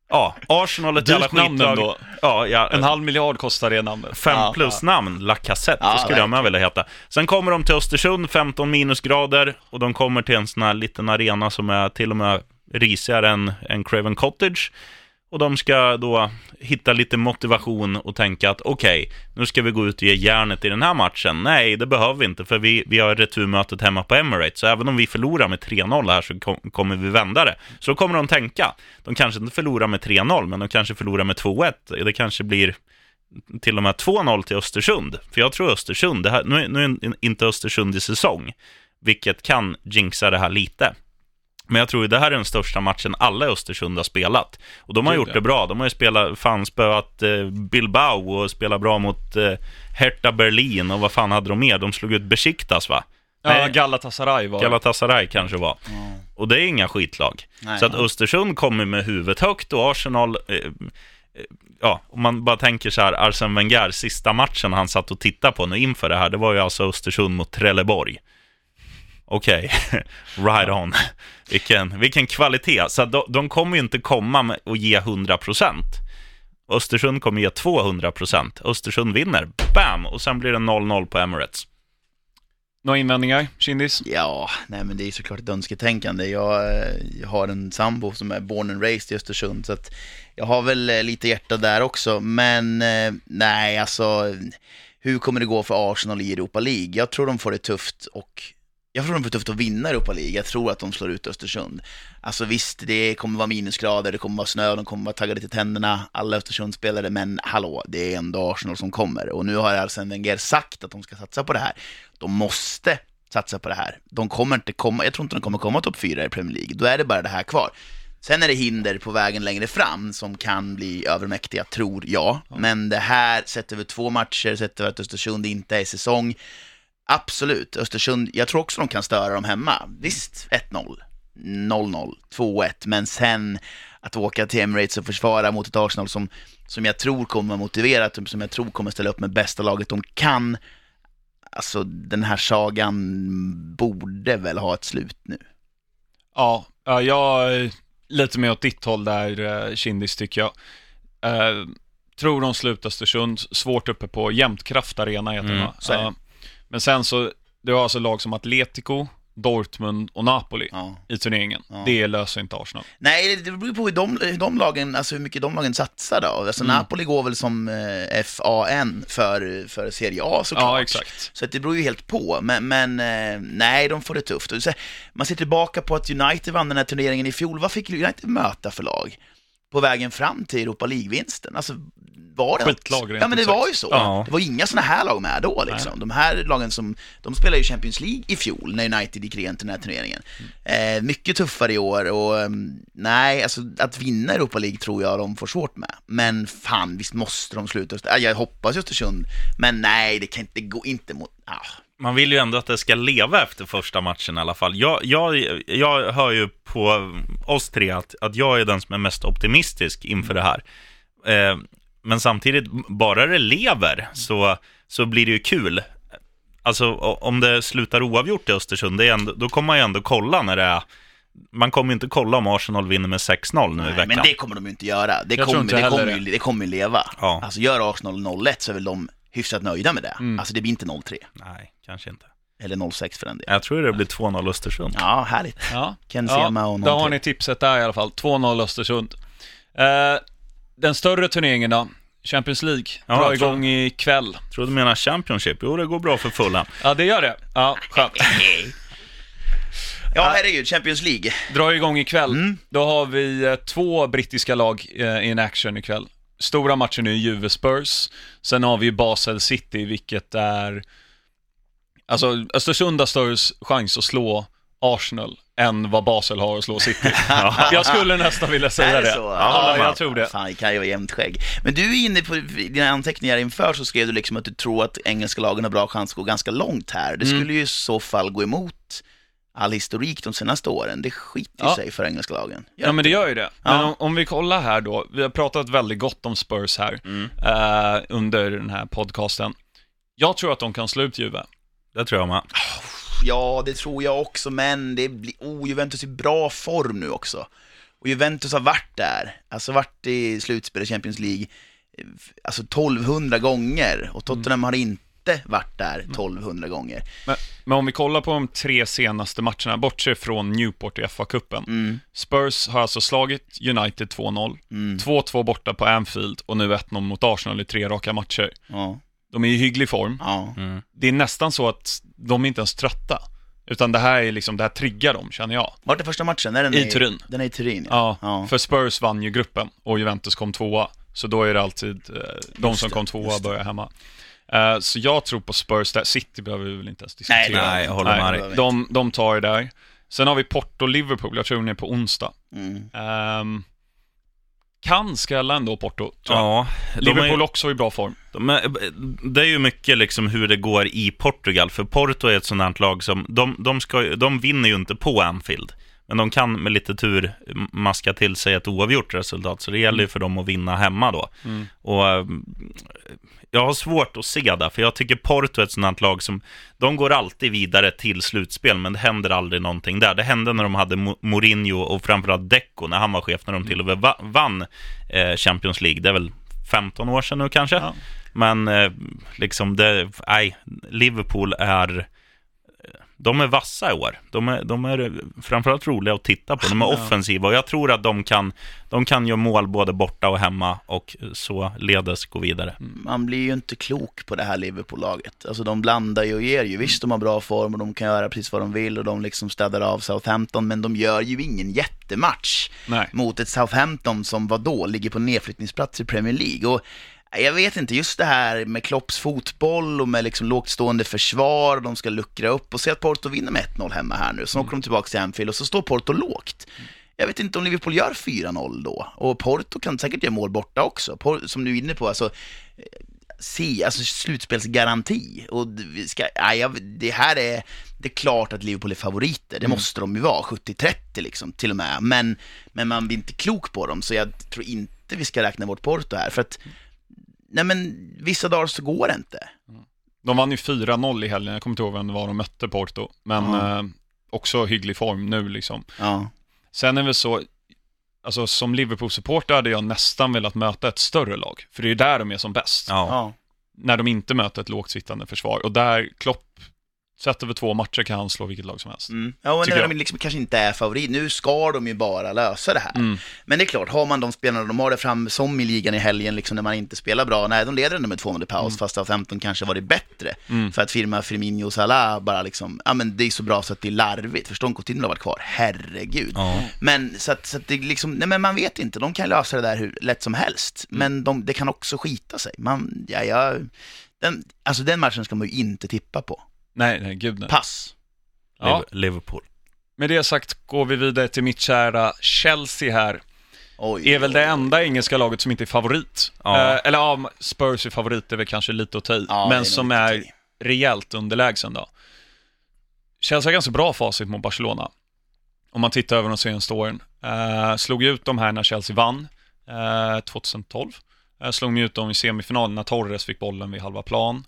Speaker 3: Ja, Arsenal är ett jävla
Speaker 1: Dyrt namn
Speaker 3: skitlag.
Speaker 1: ändå.
Speaker 3: Ja, ja,
Speaker 1: En halv miljard kostar det namnet.
Speaker 3: Fem
Speaker 1: Ja,
Speaker 3: plus
Speaker 1: ja.
Speaker 3: namn, Lacazette,
Speaker 2: Ja,
Speaker 3: det skulle jag med
Speaker 2: verkligen.
Speaker 3: vilja heta. Sen kommer de till Östersund, femton minusgrader, och de kommer till en sån här liten arena som är till och med risigare än, än Craven Cottage. Och de ska då hitta lite motivation och tänka att okej, okay, nu ska vi gå ut och ge järnet i den här matchen. Nej, det behöver vi inte, för vi, vi har returmötet hemma på Emirates. Så även om vi förlorar med tre noll här så kom, kommer vi vända det. Så kommer de tänka. De kanske inte förlorar med tre noll, men de kanske förlorar med två ett. Det kanske blir till och med två noll till Östersund. För jag tror Östersund, det här, nu, är, nu är inte Östersund i säsong, vilket kan jinxa det här lite. Men jag tror att det här är den största matchen alla i Östersund har spelat. Och de har
Speaker 1: Gud,
Speaker 3: gjort
Speaker 1: ja.
Speaker 3: det bra. De har ju spelat, fan spöat eh, Bilbao och spelat bra mot eh, Hertha Berlin. Och vad fan hade de mer? De slog ut Besiktas, va?
Speaker 1: Ja,
Speaker 3: Nej,
Speaker 1: Galatasaray var det.
Speaker 3: Galatasaray kanske var.
Speaker 2: Ja.
Speaker 3: Och det är inga skitlag.
Speaker 2: Nej,
Speaker 3: Så att
Speaker 2: ja.
Speaker 3: Östersund kommer med huvudet högt och Arsenal... Eh, eh, ja, om man bara tänker så här, Arsene Wenger, sista matchen han satt och tittade på nu inför det här, det var ju alltså Östersund mot Trelleborg. Okej, okay. Right on. Vilken, vilken kvalitet. Så de, de kommer ju inte komma med och ge hundra procent. Östersund kommer ge tvåhundra procent. Östersund vinner, bam! Och sen blir det noll noll på Emirates.
Speaker 1: Några invändningar, Kindis?
Speaker 2: Ja, nej men det är såklart ett önsketänkande. Jag, eh, jag har en sambo som är born and raised i Östersund, så att jag har väl eh, lite hjärta där också. Men eh, nej, alltså hur kommer det gå för Arsenal i Europa League? Jag tror de får det tufft, och jag tror de får det tufft att vinna Europa League. Jag tror att de slår ut Östersund. Alltså visst, det kommer vara minusgrader, det kommer vara snö, de kommer vara taggade till tänderna, alla Östersund-spelare, men hallå, det är ändå Arsenal som kommer. Och nu har Arsene Wenger sagt att de ska satsa på det här. De måste satsa på det här. De kommer inte komma, jag tror inte de kommer komma topp fyra i Premier League. Då är det bara det här kvar. Sen är det hinder på vägen längre fram som kan bli övermäktiga, tror jag. Ja. Men det här, sett över två matcher, sett över att Östersund inte är i säsong, absolut. Östersund, jag tror också de kan störa dem hemma. Visst, ett noll, noll noll, två ett. Men sen att åka till Emirates och försvara mot ett Arsenal som, som jag tror kommer motiverat, som jag tror kommer ställa upp med bästa laget de kan. Alltså den här sagan borde väl ha ett slut nu.
Speaker 1: Ja, jag är lite mer åt ditt håll där, Kindis, tycker jag. Uh, tror de slutar Östersund, svårt uppe på Jämtkraft Arena heter
Speaker 2: Mm,
Speaker 1: det, uh, men sen så, det var alltså lag som Atletico, Dortmund och Napoli
Speaker 2: ja.
Speaker 1: i turneringen.
Speaker 2: Ja.
Speaker 1: Det löser inte Arsenal.
Speaker 2: Nej, det beror på hur de, hur de lagen, alltså hur mycket de lagen satsar då. Alltså mm. Napoli går väl som eh, F A N för, för Serie A såklart.
Speaker 1: Ja, exakt.
Speaker 2: Så att det beror ju helt på. Men, men eh, nej, de får det tufft. Och så, man ser tillbaka på att United vann den här turneringen i fjol. Vad fick United möta för lag på vägen fram till Europa League-vinsten? Alltså, var det
Speaker 1: skitlag,
Speaker 2: ja, men det var ju så.
Speaker 3: Ja.
Speaker 2: Det var inga såna här lag med då liksom. Nej. De här lagen som, de spelade ju Champions League i fjol när United gick rent till den här turneringen. Mm. Eh, mycket tuffare i år och um, nej, alltså att vinna Europa League tror jag de får svårt med. Men fan, visst måste de sluta. Jag hoppas Östersund, men nej, det kan inte gå inte mot... Ah.
Speaker 3: Man vill ju ändå att det ska leva efter första matchen i alla fall. Jag, jag, jag hör ju på oss tre att, att jag är den som är mest optimistisk inför det här. Eh, men samtidigt, bara det lever så, så blir det ju kul. Alltså om det slutar oavgjort i Östersund, det är ändå, då kommer man ju ändå kolla när det är... Man kommer ju inte kolla om Arsenal vinner med sex noll nu i veckan.
Speaker 2: Men det kommer de ju inte göra. Det,
Speaker 1: Jag
Speaker 2: kommer,
Speaker 1: inte
Speaker 2: det, kommer,
Speaker 1: det.
Speaker 2: ju, det kommer ju leva.
Speaker 3: Ja.
Speaker 2: Alltså gör Arsenal noll ett så är väl de hyfsat nöjda med det.
Speaker 1: Mm.
Speaker 2: Alltså det blir inte noll tre.
Speaker 3: Nej, kanske inte.
Speaker 2: Eller noll sex för den delen.
Speaker 3: Jag tror det blir två noll Östersund.
Speaker 2: Ja, härligt.
Speaker 1: Ja.
Speaker 2: Ken
Speaker 1: Ja,
Speaker 2: Sema och
Speaker 1: då har
Speaker 2: noll tre.
Speaker 1: ni tipset där i alla fall. två noll Östersund. Eh, den större turneringen då, Champions League,
Speaker 3: Ja,
Speaker 1: drar
Speaker 3: jag
Speaker 1: igång ikväll.
Speaker 3: Tror du menar Championship? Jo, det går bra för Fulham.
Speaker 1: Ja, det gör det. Ja, skönt.
Speaker 2: Ja, herregud, Champions League.
Speaker 1: Drar igång ikväll.
Speaker 2: Mm.
Speaker 1: Då har vi eh, två brittiska lag eh, in action ikväll. Stora matchen är Juve Spurs. Sen har vi Basel City, vilket är... Alltså, Östersund har större chans att slå Arsenal än vad Basel har att slå City. Jag skulle nästan vilja säga
Speaker 2: Är
Speaker 1: det.
Speaker 2: det så?
Speaker 1: Ja,
Speaker 3: Ja,
Speaker 1: jag tror det.
Speaker 2: Fan, det kan ju vara jämnt skägg. Men du är inne på dina anteckningar inför, så skrev du liksom att du tror att engelska lagen har bra chans att gå ganska långt här. Det skulle
Speaker 1: Mm.
Speaker 2: ju i så fall gå emot all historik de senaste åren. Det skiter ju
Speaker 1: Ja.
Speaker 2: sig för engelska lagen.
Speaker 1: Ja, men det gör ju det. Men
Speaker 2: Ja.
Speaker 1: om, om vi kollar här då, vi har pratat väldigt gott om Spurs här
Speaker 3: Mm.
Speaker 1: eh, under den här podcasten. Jag tror att de kan slå ut Juve.
Speaker 3: Det tror jag med.
Speaker 2: Ja, det tror jag också, men det blir... Oh, Juventus i bra form nu också. Och Juventus har varit där, alltså varit i slutspel i Champions League alltså tolvhundra gånger, och Tottenham mm. har inte varit där tolvhundra gånger.
Speaker 1: Men, men om vi kollar på de tre senaste matcherna, bortsett från Newport i F A-cupen.
Speaker 2: Mm.
Speaker 1: Spurs har alltså slagit United två noll,
Speaker 2: Mm.
Speaker 1: två två borta på Anfield och nu ett noll mot Arsenal i tre raka matcher.
Speaker 2: Ja.
Speaker 1: De är i hygglig form.
Speaker 2: Ja.
Speaker 3: Mm.
Speaker 1: Det är nästan så att de inte ens trötta. Utan det här är liksom, det här triggar dem, känner jag.
Speaker 2: Vart är första matchen? Är den
Speaker 1: I Turin.
Speaker 2: Den är i Turin, ja.
Speaker 1: Ja, för Spurs vann ju gruppen och Juventus kom tvåa. Så då är det alltid eh, de som
Speaker 2: det,
Speaker 1: kom tvåa börjar hemma. Uh, så jag tror på Spurs där. City behöver vi väl inte ens diskutera.
Speaker 2: Nej,
Speaker 3: nej jag håller med dig.
Speaker 1: De, de tar det där. Sen har vi Porto-Liverpool, jag tror den är på onsdag.
Speaker 2: Mm.
Speaker 1: Um, kan skrälla ändå Porto, tror jag.
Speaker 3: Ja,
Speaker 1: Liverpool
Speaker 3: är,
Speaker 1: också i bra form.
Speaker 3: de är, det är ju mycket liksom hur det går i Portugal. För Porto är ett sånt här lag som de, de, ska, de vinner ju inte på Anfield. Men de kan med lite tur maska till sig ett oavgjort resultat. Så det gäller ju för dem att vinna hemma då.
Speaker 1: Mm.
Speaker 3: Och jag har svårt att se det. För jag tycker Porto är ett sånt här lag som de går alltid vidare till slutspel. Men det händer aldrig någonting där. Det hände när de hade Mourinho och framförallt Deco när han var chef. När de till och med vann Champions League. Det är väl femton år sedan nu kanske.
Speaker 1: Ja.
Speaker 3: Men liksom det, nej, Liverpool är... De är vassa i år. De är, de är framförallt roliga att titta på. De är offensiva och jag tror att de kan, de kan göra mål både borta och hemma och så ledes gå vidare.
Speaker 2: Man blir ju inte klok på det här Liverpool-laget. Alltså de blandar ju och ger ju. Visst, de har bra form och de kan göra precis vad de vill och de liksom städar av Southampton, men de gör ju ingen jättematch.
Speaker 1: Nej.
Speaker 2: Mot ett Southampton som var då ligger på nedflyttningsplats i Premier League. Och jag vet inte, just det här med Klopps fotboll och med liksom lågt stående försvar, och de ska luckra upp och se att Porto vinner med ett noll hemma här nu. Så mm. åker de tillbaka till Anfield och så står Porto lågt. Jag vet inte om Liverpool gör fyra noll då. Och Porto kan säkert göra mål borta också. Por- som du är inne på, alltså, se, alltså slutspelsgaranti. Och vi ska, ja, det här är, det är klart att Liverpool är favoriter. Det mm. måste de ju vara, sjuttio trettio liksom, till och med. Men, men man blir inte klok på dem, så jag tror inte vi ska räkna bort Porto här. För att nej, men vissa dagar så går det inte.
Speaker 1: De vann ju fyra noll i helgen. Jag kommer inte ihåg vem det var de mötte Porto. Men
Speaker 2: Ja.
Speaker 1: eh, också hygglig form nu liksom.
Speaker 2: Ja.
Speaker 1: Sen är det väl så, alltså som Liverpool-supporter hade jag nästan velat möta ett större lag. För det är ju där de är som bäst.
Speaker 3: Ja.
Speaker 2: Ja.
Speaker 1: När de inte möter ett lågt sittande försvar. Och där Klopp, sett över två matcher kan han slå vilket lag som helst.
Speaker 2: Mm. Ja, men
Speaker 1: Tycker
Speaker 2: när
Speaker 1: jag.
Speaker 2: de liksom kanske inte är favorit. Nu ska de ju bara lösa det här.
Speaker 1: Mm.
Speaker 2: Men det är klart, har man de spelarna de har det fram som i ligan i helgen liksom, när man inte spelar bra, nej, de leder ändå med två under paus,
Speaker 1: Mm.
Speaker 2: fast Southampton kanske var det bättre.
Speaker 1: Mm.
Speaker 2: För att firma Firmino och Salah bara liksom, ja men det är så bra så att det är larvigt. Förstår Coutinho har varit kvar, herregud.
Speaker 3: Ja.
Speaker 2: Men så att, så att det liksom, nej men man vet inte, de kan lösa det där hur lätt som helst.
Speaker 1: Mm.
Speaker 2: Men de, det kan också skita sig. Man, ja, ja, den, alltså den matchen ska man ju inte tippa på.
Speaker 1: Nej, nej, gud nej.
Speaker 2: Pass.
Speaker 1: Ja.
Speaker 3: Liverpool.
Speaker 1: Med det sagt går vi vidare till mitt kära Chelsea här.
Speaker 2: Oj,
Speaker 1: Är väl det
Speaker 2: oj,
Speaker 1: enda engelska laget som inte är favorit.
Speaker 3: Ja.
Speaker 1: Eh, eller ja, Spurs är favorit, det är väl kanske lite att ta i.
Speaker 2: Ja, det är
Speaker 1: men
Speaker 2: nog
Speaker 1: som
Speaker 2: lite att ta
Speaker 1: är
Speaker 2: i.
Speaker 1: rejält underlägsen då. Chelsea har ganska bra facit mot Barcelona. Om man tittar över de senaste åren. Eh, slog ut dem här när Chelsea vann eh, tjugohundratolv. Eh, slog de ut dem i semifinalen när Torres fick bollen vid halva plan.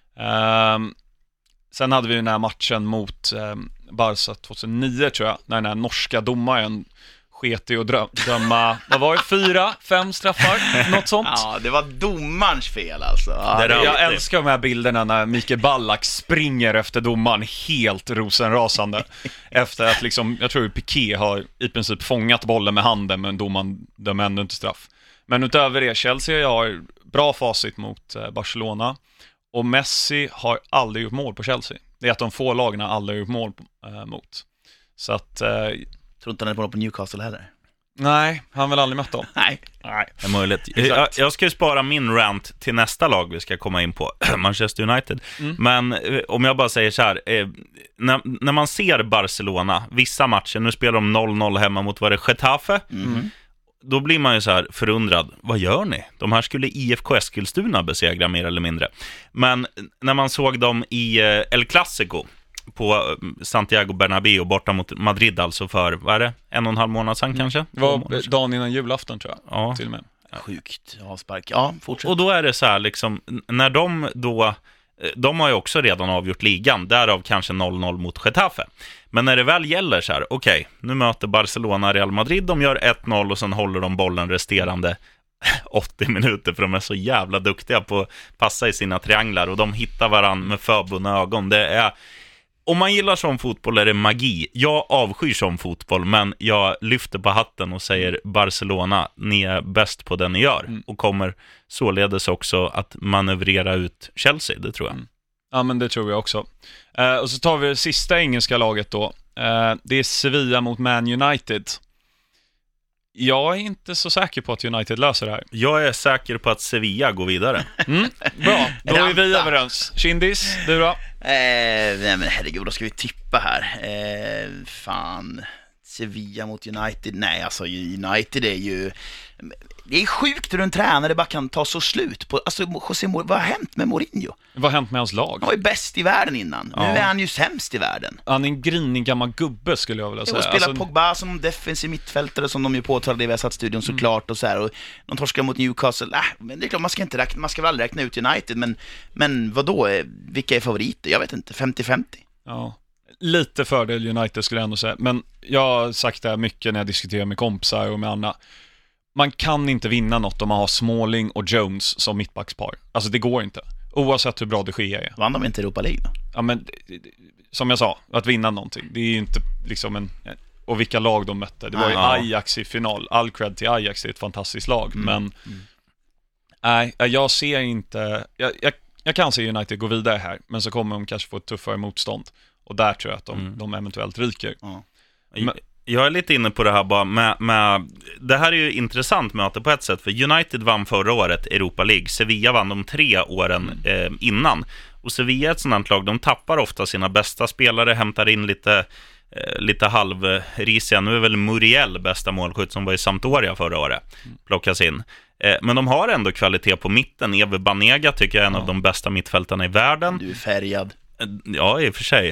Speaker 1: Eh, sen hade vi den här matchen mot eh, Barca tjugohundranio tror jag. När den här norska domaren sket i att drö- döma, vad var det, fyra, fem straffar? Något sånt.
Speaker 2: Ja, det var domarens fel alltså. Ja,
Speaker 3: Det är
Speaker 2: det,
Speaker 1: Jag
Speaker 3: alltid.
Speaker 1: älskar de här bilderna när Mikael Ballack springer efter domaren helt rosenrasande. Efter att liksom, jag tror att Piqué har i princip fångat bollen med handen, men domaren dömer ändå inte straff. Men utöver det, Chelsea har bra facit mot eh, Barcelona. Och Messi har aldrig gjort mål på Chelsea. Det är att de få lagen har aldrig gjort mål eh, mot. Så att, eh,
Speaker 2: tror inte han är på på Newcastle heller.
Speaker 1: nej, han har väl aldrig mött dem.
Speaker 2: Nej.
Speaker 1: Nej.
Speaker 3: Det är möjligt. Jag,
Speaker 1: Exakt.
Speaker 3: jag ska ju spara min rant till nästa lag vi ska komma in på, Manchester United.
Speaker 1: Mm.
Speaker 3: Men eh, om jag bara säger så här, eh, när, när man ser Barcelona, vissa matcher, nu spelar de noll noll hemma mot, vad det, Getafe,
Speaker 2: Mm.
Speaker 3: då blir man ju så här förundrad. Vad gör ni? De här skulle I F K Eskilstuna besegra mer eller mindre. Men när man såg dem i eh, El Clasico på Santiago Bernabéu borta mot Madrid, alltså för, vad är det? En och en halv månad sedan kanske?
Speaker 1: Det var dagen innan julafton tror jag,
Speaker 3: Ja.
Speaker 1: till och med.
Speaker 2: Sjukt avspark. Ja, fortsätt.
Speaker 3: Och då är det så här liksom, när de då De har ju också redan avgjort ligan, därav kanske noll noll mot Getafe. Men när det väl gäller så här, okej, okay, nu möter Barcelona Real Madrid, de gör ett noll och sen håller de bollen resterande åttio minuter, för de är så jävla duktiga på att passa i sina trianglar och de hittar varann med förbundna ögon. Det är, om man gillar som fotboll är det magi. Jag avskyr som fotboll, men jag lyfter på hatten och säger Barcelona, ni är bäst på det ni gör. Mm. Och kommer således också att manövrera ut Chelsea, det tror jag. Mm.
Speaker 1: Ja, men det tror jag också. Uh, och så tar vi det sista engelska laget då. Uh, det är Sevilla mot Man United. Jag är inte så säker på att United löser det här.
Speaker 3: Jag är säker på att Sevilla går vidare.
Speaker 1: Mm, bra, då är vi överens. Kindis, du då?
Speaker 2: Eh, nej men herregud, då ska vi tippa här. Eh, fan, Sevilla mot United. Nej, alltså United är ju... Det är sjukt hur en tränare bara kan ta så slut på... Alltså, José Mourinho, vad har hänt med Mourinho?
Speaker 1: Vad har hänt med hans lag?
Speaker 2: Han var ju bäst i världen innan. Ja. Nu är han ju sämst i världen.
Speaker 1: Han är en grinig gammal gubbe, skulle jag vilja säga.
Speaker 2: Och spelar alltså... Pogba som defensiv mittfältare, som de ju påtalade i vi har satt studion såklart. Mm. Och så här, och de torskar mot Newcastle. Äh, men det är klart, man ska inte räkna, man ska väl aldrig räkna ut United. Men, men vad då? Vilka är favoriter? Jag vet inte, femtio femtio.
Speaker 1: Ja. Lite fördel United skulle jag ändå säga. Men jag har sagt det här mycket när jag diskuterar med kompisar och med Anna. Man kan inte vinna något om man har Smalling och Jones som mittbackspar. Alltså det går inte. Oavsett hur bra det sker är.
Speaker 2: Vann de inte Europa League då?
Speaker 1: Ja, men som jag sa, att vinna någonting. Det är ju inte liksom en... Och vilka lag de mötte. Det var ju ja. Ajax i final. All cred till Ajax, det är ett fantastiskt lag. Mm. Men mm. nej, jag ser inte... Jag, jag, jag kan se United gå vidare här. Men så kommer de kanske få ett tuffare motstånd. Och där tror jag att de, mm. de eventuellt ryker.
Speaker 3: Ja. Men, jag är lite inne på det här bara med, med... Det här är ju intressant möte på ett sätt. För United vann förra året Europa League. Sevilla vann de tre åren eh, innan. Och Sevilla är ett sådant lag. De tappar ofta sina bästa spelare. Hämtar in lite, eh, lite halvrisiga. Nu är väl Muriel bästa målskytt som var i Sampdoria förra året. Plockas in. Eh, men de har ändå kvalitet på mitten. Eve Banega tycker jag är en ja. av de bästa mittfältarna i världen.
Speaker 2: Du är färgad.
Speaker 3: Ja, i och för sig.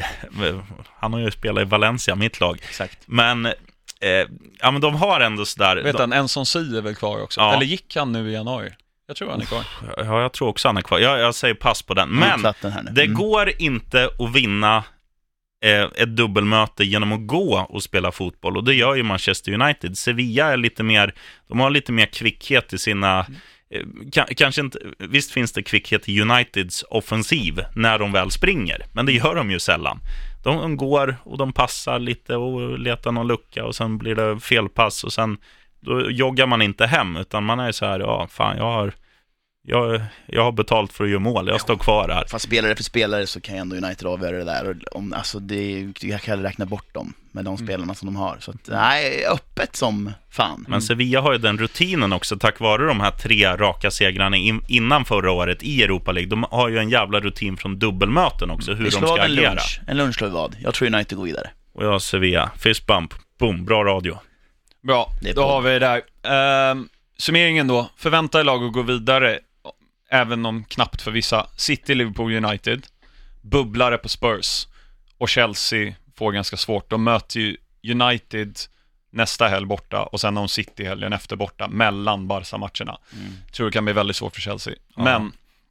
Speaker 3: Han har ju spelat i Valencia, mitt lag.
Speaker 1: Exakt.
Speaker 3: Men, eh, ja, men de har ändå sådär...
Speaker 1: Vet han, en som säger väl kvar också? Ja. Eller gick han nu i januari? Jag tror han är kvar.
Speaker 3: Ja, jag tror också han är kvar. Jag, jag säger pass på den. Men
Speaker 2: mm.
Speaker 3: det går inte att vinna eh, ett dubbelmöte genom att gå och spela fotboll. Och det gör ju Manchester United. Sevilla är lite mer... De har lite mer kvickhet i sina... Mm. Kanske inte, visst finns det kvickhet i Uniteds offensiv när de väl springer, men det gör de ju sällan. De går och de passar lite och letar någon lucka och sen blir det felpass och sen då joggar man inte hem, utan man är så här, ja fan jag har jag, jag har betalt för att göra mål, jag står kvar här.
Speaker 2: Fast spelare för spelare så kan ju ändå United avgöra det där och om, alltså det, jag kan räkna bort dem med de spelarna mm. som de har. Så att, nej, öppet som fan.
Speaker 3: Men Sevilla har ju den rutinen också tack vare de här tre raka segrarna in, innan förra året i Europa League. De har ju en jävla rutin från dubbelmöten också, hur de ska
Speaker 2: en
Speaker 3: agera.
Speaker 2: Lunch. En lunch slår vad. Jag tror United går vidare.
Speaker 3: Och jag Sevilla, fist bump, boom, bra radio.
Speaker 1: Bra, då har vi det där. Uh, summeringen då, förväntar lag att gå vidare, även om knappt för vissa. City, Liverpool, United, bubblare på Spurs och Chelsea får ganska svårt. De möter ju United nästa helg borta och sen de City helgen efter borta mellan Barca-matcherna. Mm. Tror det kan bli väldigt svårt för Chelsea. Ja. Men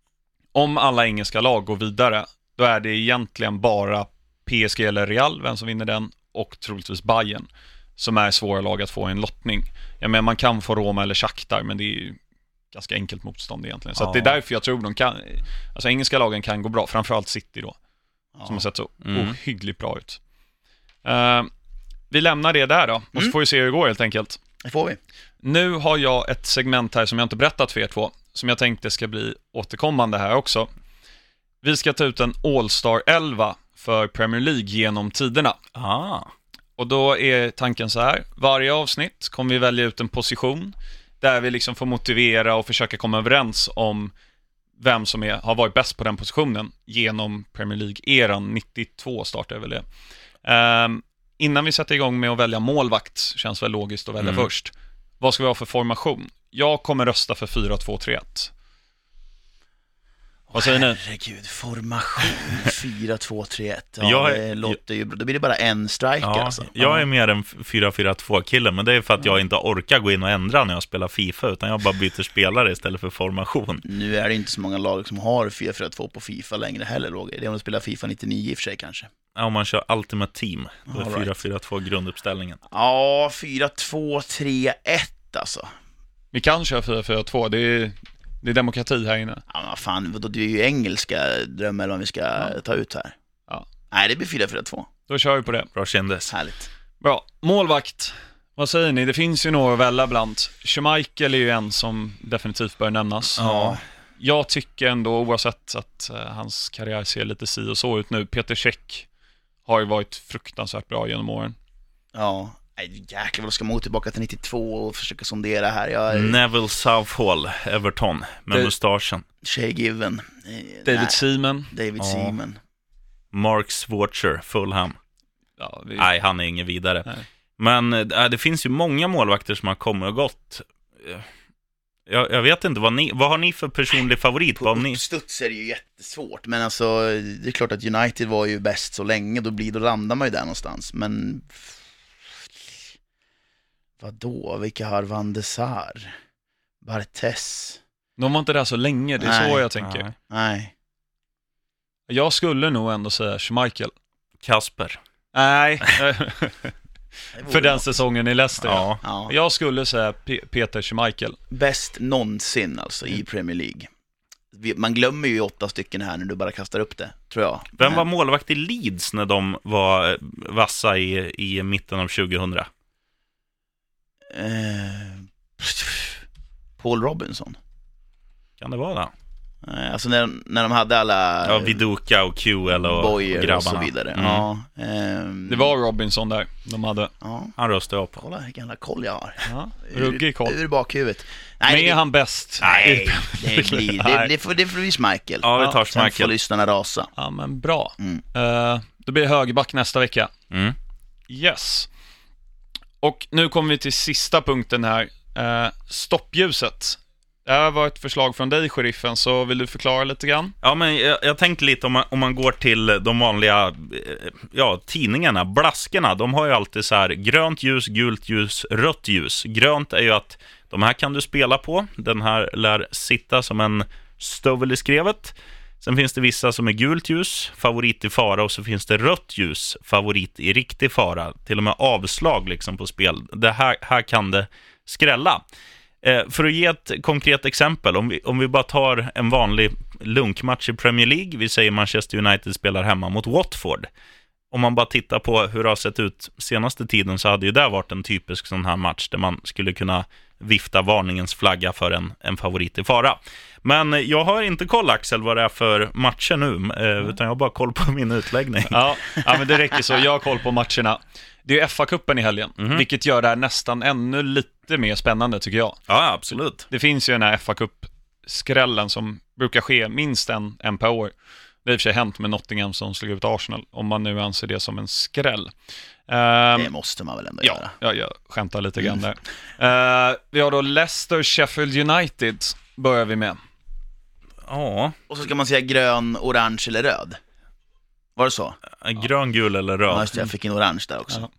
Speaker 1: om alla engelska lag går vidare, då är det egentligen bara P S G eller Real, vem som vinner den, och troligtvis Bayern, som är svåra lag att få en lottning. Jag menar, man kan få Roma eller Shakhtar, men det är ju ganska enkelt motstånd egentligen. Så ja. att det är därför jag tror de kan, alltså engelska lagen kan gå bra, framförallt City då. Ja. Som har sett så mm. ohyggligt bra ut. Uh, vi lämnar det där då. Och så mm. får vi se hur det går helt enkelt.
Speaker 2: Det får vi.
Speaker 1: Nu har jag ett segment här som jag inte berättat för er två, som jag tänkte ska bli återkommande här också. Vi ska ta ut en All-Star elva för Premier League genom tiderna.
Speaker 3: Ah.
Speaker 1: Och då är tanken så här. Varje avsnitt kommer vi välja ut en position där vi liksom får motivera och försöka komma överens om vem som är, har varit bäst på den positionen genom Premier League-eran. nittiotvå startar väl det. Um, innan vi sätter igång med att välja målvakt, känns väl logiskt att välja mm. först. Vad ska vi ha för formation? Jag kommer rösta för fyra två tre ett. Vad säger ni?
Speaker 2: Herregud, formation fyra två tre ett. Ja,
Speaker 3: Jag är-
Speaker 2: det låter ju bra. Då blir det bara en striker
Speaker 3: Ja,
Speaker 2: alltså.
Speaker 3: jag är mer en fyra fyra två-kille, men det är för att jag inte orkar gå in och ändra när jag spelar FIFA, utan jag bara byter spelare istället för formation.
Speaker 2: Nu är det inte så många lag som har fyra fyra två på FIFA längre heller, Roger. Det är om du spelar FIFA nittionio i och för sig kanske.
Speaker 3: Ja, om man kör Ultimate Team, då är
Speaker 2: All right.
Speaker 3: fyra fyra två grunduppställningen.
Speaker 2: Ja, fyra två tre ett alltså.
Speaker 1: Vi kan köra fyra fyra två, det är, det är demokrati här inne.
Speaker 2: Ja, men vad fan, vadå, det är ju engelska drömmar eller vad vi ska
Speaker 1: Ja.
Speaker 2: ta ut här.
Speaker 1: Ja.
Speaker 2: Nej, det blir fyra fyra två.
Speaker 1: Då kör vi på det.
Speaker 3: Bra kändes.
Speaker 2: Härligt.
Speaker 1: Bra. Målvakt. Vad säger ni? Det finns ju några att välja bland. Schmeichel är ju en som definitivt bör nämnas.
Speaker 3: Ja.
Speaker 1: Jag tycker ändå, oavsett att uh, hans karriär ser lite si och så ut nu, Peter Cech har ju varit fruktansvärt bra genom åren.
Speaker 2: Ja, nej, jäklar vad ska man gå tillbaka till nittiotvå och försöka sondera här. Jag är
Speaker 3: Neville Southall, Everton, med
Speaker 1: Det-
Speaker 3: mustaschen.
Speaker 2: Shay Given. Eh,
Speaker 1: David
Speaker 2: nej,
Speaker 1: Seaman.
Speaker 2: David
Speaker 3: Ja.
Speaker 2: Seaman.
Speaker 3: Mark Schwarzer, Fulham.
Speaker 1: Ja, vi...
Speaker 3: Nej, han är ingen vidare.
Speaker 1: Nej.
Speaker 3: Men äh, det finns ju många målvakter som har kommit och gått. Jag, jag vet inte, vad, ni, vad har ni för personlig favorit?
Speaker 2: På
Speaker 3: Vad ni...
Speaker 2: uppstuds är det ju jättesvårt, men alltså det är klart att United var ju bäst så länge, då blir då landar man ju där någonstans, men vadå, vilka har Van de Sar? Barthez?
Speaker 1: De var inte där så länge, det är
Speaker 2: Nej.
Speaker 1: så jag tänker.
Speaker 3: Nej.
Speaker 2: Nej.
Speaker 1: Jag skulle nog ändå säga Schmeichel.
Speaker 3: Kasper.
Speaker 1: Nej,
Speaker 2: det vore
Speaker 1: för den
Speaker 2: något.
Speaker 1: säsongen i Leicester.
Speaker 3: Ja.
Speaker 2: Ja.
Speaker 1: Jag skulle säga P- Peter Schmeichel.
Speaker 2: Bäst någonsin alltså i Premier League. Vi- Man glömmer ju åtta stycken här när du bara kastar upp det, tror jag.
Speaker 3: Vem
Speaker 2: Men-
Speaker 3: var målvakt i Leeds när de var eh, vassa i, i mitten av tjugohundra?
Speaker 2: Eh, Paul Robinson.
Speaker 3: Kan det vara det?
Speaker 2: Eh, Alltså när, när de hade alla
Speaker 3: Ja, Viduka och Q L och, och
Speaker 2: Boyer
Speaker 3: grabbarna.
Speaker 2: och så vidare.
Speaker 3: Mm.
Speaker 2: Ja, ehm,
Speaker 1: Det var Robinson där de hade.
Speaker 2: ja,
Speaker 3: Han röstade jag på.
Speaker 2: kolla vilken jävla koll jag har.
Speaker 1: Ja, ruggig koll.
Speaker 2: Ur, ur bakhuvudet.
Speaker 1: Men
Speaker 2: Nej,
Speaker 1: är
Speaker 2: det,
Speaker 1: han bäst?
Speaker 2: nej, det blir det,
Speaker 1: Nej.
Speaker 2: det, får, det får bli Schmeichel.
Speaker 3: Ja, vi tar
Speaker 2: Sen får
Speaker 3: Schmeichel.
Speaker 2: lyssnarna rasa.
Speaker 1: Ja, men bra.
Speaker 2: Mm.
Speaker 1: Eh, då blir det högerback nästa vecka.
Speaker 3: Mm.
Speaker 1: Yes. Och nu kommer vi till sista punkten här. Eh, stoppljuset. Det här var ett förslag från dig, sheriffen, så vill du förklara lite grann?
Speaker 3: Ja, men jag, jag tänkte lite om man, om man går till de vanliga eh, ja, tidningarna, blaskorna. De har ju alltid så här grönt ljus, gult ljus, rött ljus. Grönt är ju att de här kan du spela på. Den här lär sitta som en stövel i skrevet. Sen finns det vissa som är gult ljus, favorit i fara, och så finns det rött ljus, favorit i riktig fara. Till och med avslag liksom på spel. Det här, här kan det skrälla. Eh, för att ge ett konkret exempel, om vi, om vi bara tar en vanlig lunkmatch i Premier League, vi säger Manchester United spelar hemma mot Watford. Om man bara tittar på hur det har sett ut senaste tiden, så hade ju det varit en typisk sån här match där man skulle kunna vifta varningens flagga för en, en favorit i fara. Men jag har inte koll, Axel, vad det är för matcher nu, eh, utan jag har bara koll på min utläggning.
Speaker 1: Ja, ja, men det räcker så. Jag har koll på matcherna. Det är F A-cupen i helgen,
Speaker 3: Mhm.
Speaker 1: vilket gör det här nästan ännu lite mer spännande, tycker jag.
Speaker 3: Ja, absolut.
Speaker 1: Det finns ju den här F A-cup-skrällen som brukar ske minst en, en per år. Det har i och för sig hänt med Nottingham som slog ut Arsenal, om man nu anser det som en skräll. Ehm,
Speaker 2: Det måste man väl ändå
Speaker 1: ja,
Speaker 2: göra.
Speaker 1: ja, jag skämtar lite grann där. Ehm, vi har då Leicester Sheffield United, börjar vi med.
Speaker 3: Ja,
Speaker 2: Och så ska man säga grön, orange eller röd. Var det så?
Speaker 3: grön, gul eller
Speaker 2: Ja,
Speaker 3: röd.
Speaker 2: just det, jag fick en orange där också.
Speaker 1: Ja.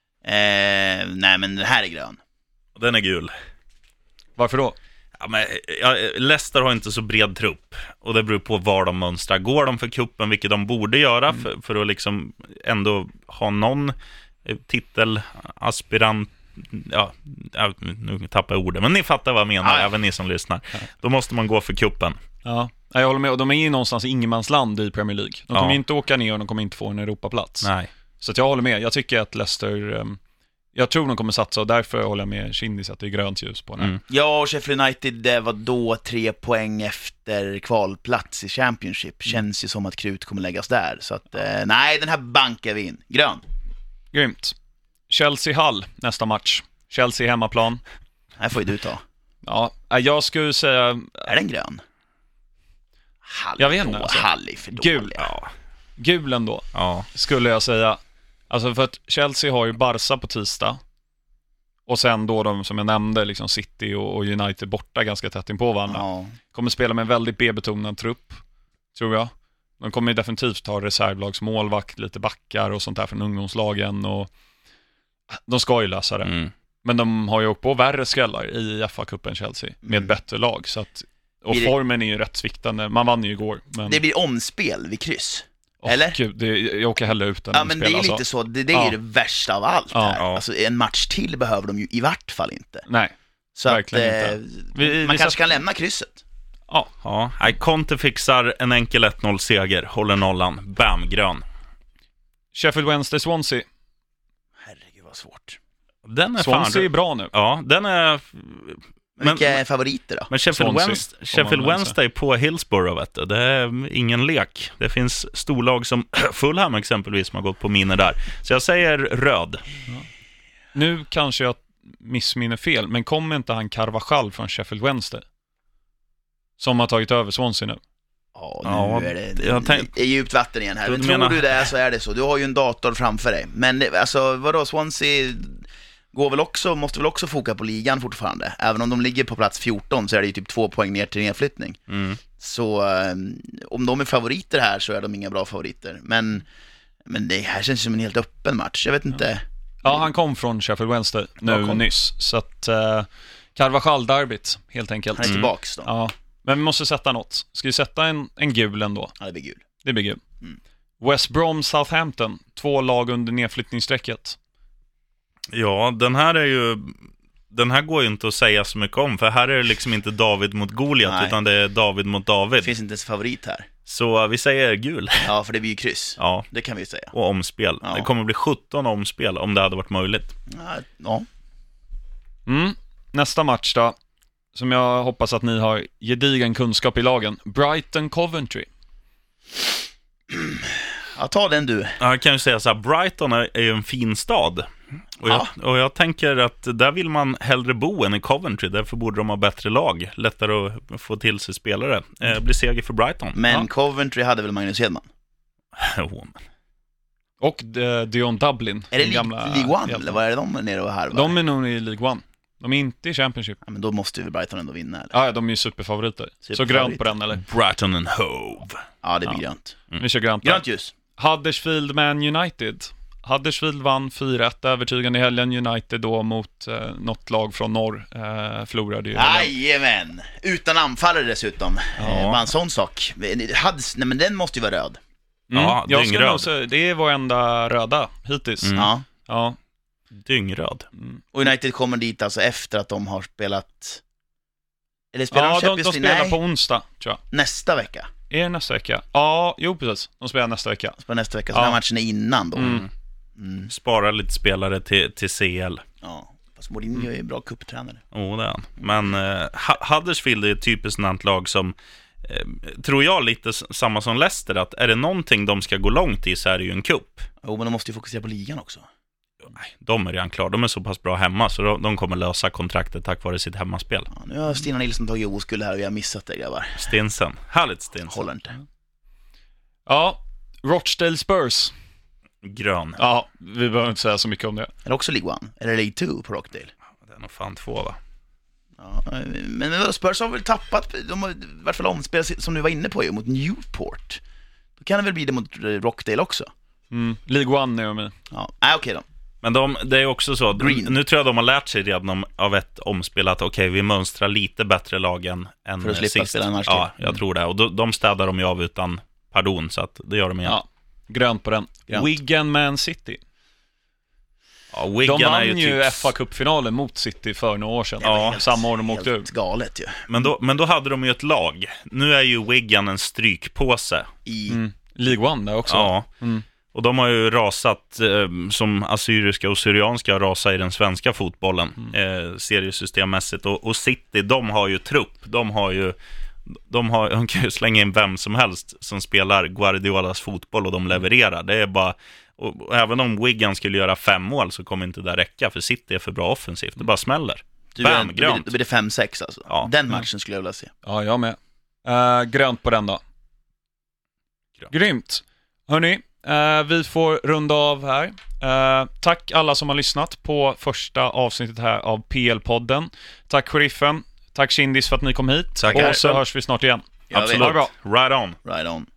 Speaker 2: Eh, nej, men den här är grön.
Speaker 3: Den är gul.
Speaker 1: Varför då?
Speaker 3: Ja, men, ja, Leicester har inte så bred trupp, och det beror på var de mönstrar. Går de för kuppen, vilket de borde göra
Speaker 1: Mm.
Speaker 3: för, för att liksom ändå ha någon eh, titel, aspirant, ja, ja, nu tappar jag ordet, men ni fattar vad jag menar,
Speaker 2: Ja, ja.
Speaker 3: även ni som lyssnar. Då måste man gå för kuppen.
Speaker 1: Ja, jag håller med. Och de är ju någonstans i ingenmansland i Premier League. De kommer
Speaker 3: Ja.
Speaker 1: inte åka ner och de kommer inte få en Europaplats.
Speaker 3: Nej.
Speaker 1: Så att jag håller med. Jag tycker att Leicester, um, jag tror de kommer satsa, och därför håller jag med Kindis att det är grönt ljus på den här.
Speaker 3: Mm.
Speaker 2: Ja, och Sheffield United, det var då tre poäng efter kvalplats i Championship. Känns ju som att krut kommer läggas där. Så att, eh, nej, den här bankar vi in. Grön.
Speaker 1: Grymt. Chelsea-Hall nästa match. Chelsea hemmaplan.
Speaker 2: Här får ju du ta.
Speaker 1: Ja, jag skulle säga
Speaker 2: Är den grön? Hall
Speaker 1: Jag vet inte,
Speaker 2: då,
Speaker 1: alltså.
Speaker 2: Hall är för
Speaker 1: Gul.
Speaker 2: dålig.
Speaker 3: Ja.
Speaker 1: gul ändå,
Speaker 3: Ja.
Speaker 1: skulle jag säga. Alltså för att Chelsea har ju Barca på tisdag. Och sen då de som jag nämnde, liksom City och och United borta ganska tätt in på varandra.
Speaker 2: Ja.
Speaker 1: Kommer spela med en väldigt B-betonad trupp. tror jag. De kommer ju definitivt ta reservlagsmålvakt, lite backar och sånt där från ungdomslagen. Och de ska ju lösa det.
Speaker 3: Mm.
Speaker 1: Men de har ju åkt på värre skrällar i F A-cupen Chelsea med
Speaker 2: Mm.
Speaker 1: ett bättre lag. Så att, och
Speaker 2: det...
Speaker 1: formen är ju rätt sviktande. Man vann ju igår. Men...
Speaker 2: Det blir omspel vid kryss.
Speaker 1: Oh,
Speaker 2: eller?
Speaker 1: Gud, det, jag åker hellre ut än
Speaker 2: Ja, men det är
Speaker 1: alltså.
Speaker 2: lite så. Det, det är
Speaker 1: ja.
Speaker 2: det värsta av allt
Speaker 1: ja.
Speaker 2: här.
Speaker 3: Ja.
Speaker 2: Alltså, en match till behöver de ju i vart fall inte.
Speaker 1: Nej,
Speaker 2: så
Speaker 1: verkligen
Speaker 2: att, eh,
Speaker 1: inte. Vi,
Speaker 2: man
Speaker 1: vi
Speaker 2: kanske
Speaker 1: satt...
Speaker 2: kan lämna krysset.
Speaker 1: Ja.
Speaker 3: Ja, nej, Conte fixar en enkel ett noll-seger, håller nollan, bam, grön.
Speaker 1: Sheffield Wednesday, Swansea.
Speaker 2: Herregud vad svårt.
Speaker 3: Den är
Speaker 1: Swansea
Speaker 3: fan...
Speaker 1: är bra nu.
Speaker 3: Ja, den är...
Speaker 2: Men vilka är favoriter då?
Speaker 3: Men Sheffield,
Speaker 1: Swansea,
Speaker 3: Wednesday,
Speaker 1: får
Speaker 3: Sheffield
Speaker 1: man väl
Speaker 3: Wednesday på Hillsborough, vet du, det är ingen lek. Det finns storlag som Fulham exempelvis som har gått på miner där. Så jag säger röd.
Speaker 1: Nu kanske jag missminner fel, men kommer inte han Carvajal från Sheffield Wednesday? Som har tagit över Swansea nu.
Speaker 2: Ja, nu
Speaker 3: Ja,
Speaker 2: är det,
Speaker 3: jag tänk-
Speaker 2: det är djupt vatten igen här.
Speaker 3: Du
Speaker 2: Tror
Speaker 3: menar-
Speaker 2: du det är så är det så. Du har ju en dator framför dig. Men det- alltså, vadå, Swansea går väl också, måste väl också foka på ligan fortfarande. Även om de ligger på plats fjorton så är det ju typ två poäng ner till nedflyttning.
Speaker 3: Mm.
Speaker 2: Så eh, om de är favoriter här så är de inga bra favoriter. Men, men det här känns som en helt öppen match. Jag vet inte.
Speaker 1: Ja, han kom från Sheffield Wednesday nu
Speaker 2: Ja, kom.
Speaker 1: nyss. Så att uh, Carvajal-derbyt, helt enkelt.
Speaker 2: Han är tillbaks då.
Speaker 1: Ja, men vi måste sätta något. Ska vi sätta en, en gul ändå?
Speaker 2: Ja, det blir gul.
Speaker 1: Det blir gul.
Speaker 2: Mm.
Speaker 1: West Brom, Southampton. Två lag under nedflyttningsstrecket.
Speaker 3: Ja, den här är ju... Den här går ju inte att säga så mycket om, för här är det liksom inte David mot Goliat,
Speaker 2: Nej.
Speaker 3: utan det är David mot
Speaker 2: Det
Speaker 3: David.
Speaker 2: finns inte ens favorit här.
Speaker 3: Så vi säger gul.
Speaker 2: Ja, för det blir ju kryss.
Speaker 3: Ja,
Speaker 2: Det kan vi ju säga.
Speaker 3: och omspel.
Speaker 2: Ja.
Speaker 3: Det kommer bli sjutton omspel om det hade varit möjligt.
Speaker 2: Ja, ja.
Speaker 1: Mm. Nästa match då, som jag hoppas att ni har gedigen kunskap i lagen. Brighton Coventry.
Speaker 2: ja ta den du.
Speaker 3: Ja, jag kan ju säga så här, Brighton är är ju en fin stad. Och jag, och jag tänker att där vill man hellre bo än i Coventry. Därför borde de ha bättre lag. Lättare att få till sig spelare. Eh, blir seger för Brighton.
Speaker 2: Men
Speaker 1: Ja.
Speaker 2: Coventry hade väl Magnus Hedman?
Speaker 3: Jo, men.
Speaker 1: Och eh, Dion Dublin.
Speaker 2: Är det
Speaker 1: den
Speaker 2: League,
Speaker 1: gamla
Speaker 2: League One
Speaker 1: hjälten.
Speaker 2: eller vad är det de är nere och harvar?
Speaker 1: De är nog i League One. De är inte i Championship.
Speaker 2: Ja, men då måste ju Brighton ändå vinna eller?
Speaker 1: Ja, de är ju superfavoriter. Så
Speaker 2: Superfavoriter.
Speaker 1: grönt på den, eller?
Speaker 3: Brighton and Hove.
Speaker 2: Ja, det blir
Speaker 1: Ja.
Speaker 2: grönt.
Speaker 1: Vi kör grönt. där.
Speaker 2: Grönt ljus.
Speaker 1: Huddersfield Man United. Huddersfield vann fyra ett övertygande i helgen. United då mot eh, något lag från norr. Eh, förlorade ju.
Speaker 2: Jajamän! Utan anfallare dessutom.
Speaker 3: Ja.
Speaker 2: Eh, bara en sån sak. Hads, nej men den måste ju vara röd.
Speaker 1: Mm.
Speaker 3: Ja,
Speaker 1: jag ska
Speaker 3: dyngröd.
Speaker 1: nog säga, det är vår enda röda hittills.
Speaker 3: Mm.
Speaker 2: Ja.
Speaker 1: Ja.
Speaker 3: Dyngröd.
Speaker 1: Mm.
Speaker 2: Och United kommer dit alltså efter att de har spelat... Eller spelar
Speaker 1: Ja,
Speaker 2: de
Speaker 1: de,
Speaker 2: Champions
Speaker 1: de
Speaker 2: League?
Speaker 1: spelar
Speaker 2: Nej,
Speaker 1: på onsdag, tror jag.
Speaker 2: nästa vecka.
Speaker 1: Är det nästa vecka? Ja, jo precis. De spelar nästa vecka.
Speaker 2: De spelar nästa vecka, så
Speaker 1: Ja.
Speaker 2: den här matchen är innan då.
Speaker 1: Mm.
Speaker 2: Mm.
Speaker 3: Spara lite spelare till, till C L.
Speaker 2: Ja. Fast Mourinho är ju bra cuptränare.
Speaker 3: Oh, det är han. Men eh, Hu- Huddersfield är ett typiskt sådant lag som eh, tror jag lite s- samma som Leicester, att är det någonting de ska gå långt i så är det ju en cup.
Speaker 2: Jo, men de måste ju fokusera på ligan också.
Speaker 3: Nej, de är redan klara. De är så pass bra hemma så de, de kommer lösa kontraktet tack vare sitt hemmaspel.
Speaker 2: Ja, nu har Stina Nilsson tagit oskuld här och vi har missat det, grabbar.
Speaker 3: Stinsen. Härligt Stinsen.
Speaker 2: Håller inte.
Speaker 1: Ja, Rochdale Spurs.
Speaker 3: Grön.
Speaker 1: Ja, vi behöver inte säga så mycket om det.
Speaker 2: Är det också League One? Eller League Two på Rockdale?
Speaker 3: Det är nog fan två, va?
Speaker 2: Ja, men men Spurs har väl tappat, de har i alla fall omspel som du var inne på ju, mot Newport. Då kan det väl bli det mot Rockdale också?
Speaker 1: Mm. League One är de i.
Speaker 2: Ja, nej okej då.
Speaker 3: Men de, det är också så,
Speaker 2: Green.
Speaker 3: nu tror jag de har lärt sig redan om, av ett omspel att okej, vi mönstrar lite bättre lag än, än
Speaker 2: För att slippa
Speaker 3: sist.
Speaker 2: spela en match
Speaker 3: Ja,
Speaker 2: till.
Speaker 3: jag tror det. Och då, de städar de ju av utan pardon, så att det gör de igen.
Speaker 1: Ja, grönt på den.
Speaker 2: Grönt.
Speaker 1: Wigan Man City.
Speaker 3: Ja, Wigan
Speaker 1: De vann
Speaker 3: är
Speaker 1: ju,
Speaker 3: ju typ...
Speaker 1: F A-cupfinalen mot City för några år sedan.
Speaker 3: Ja,
Speaker 1: Ja, samma år de åkte
Speaker 2: Helt
Speaker 1: ut.
Speaker 2: galet ju.
Speaker 3: Men då, men då hade de ju ett lag. Nu är ju Wigan en strykpåse.
Speaker 2: I...
Speaker 1: Mm. League One där också.
Speaker 3: Ja.
Speaker 1: Mm.
Speaker 3: Och de har ju rasat eh, som assyriska och syrianska rasar i den svenska fotbollen
Speaker 1: Mm.
Speaker 3: eh, seriesystemmässigt. Och, och City, de har ju trupp. De har ju de, har, de kan ju slänga in vem som helst som spelar Guardiolas fotboll och de levererar. Det är bara, och, och även om Wigan skulle göra fem mål så kommer inte det räcka, för City är för bra offensivt. Det bara smäller.
Speaker 2: Du,
Speaker 3: Bam,
Speaker 2: då blir det-
Speaker 3: grönt.
Speaker 2: Då blir det fem sex alltså.
Speaker 3: Ja.
Speaker 2: Den matchen skulle jag vilja se.
Speaker 1: Ja, jag med. Uh, grönt på den då.
Speaker 3: Grönt.
Speaker 1: Grymt. Hörrni, uh, vi får runda av här. Uh, tack alla som har lyssnat på första avsnittet här av P L-podden. Tack Sheriffen. Tack Kindis för att ni kom hit.
Speaker 3: Tackar.
Speaker 1: Och så hörs vi snart igen.
Speaker 2: Jag
Speaker 3: Absolut.
Speaker 1: vet.
Speaker 3: Right on.
Speaker 2: Right on.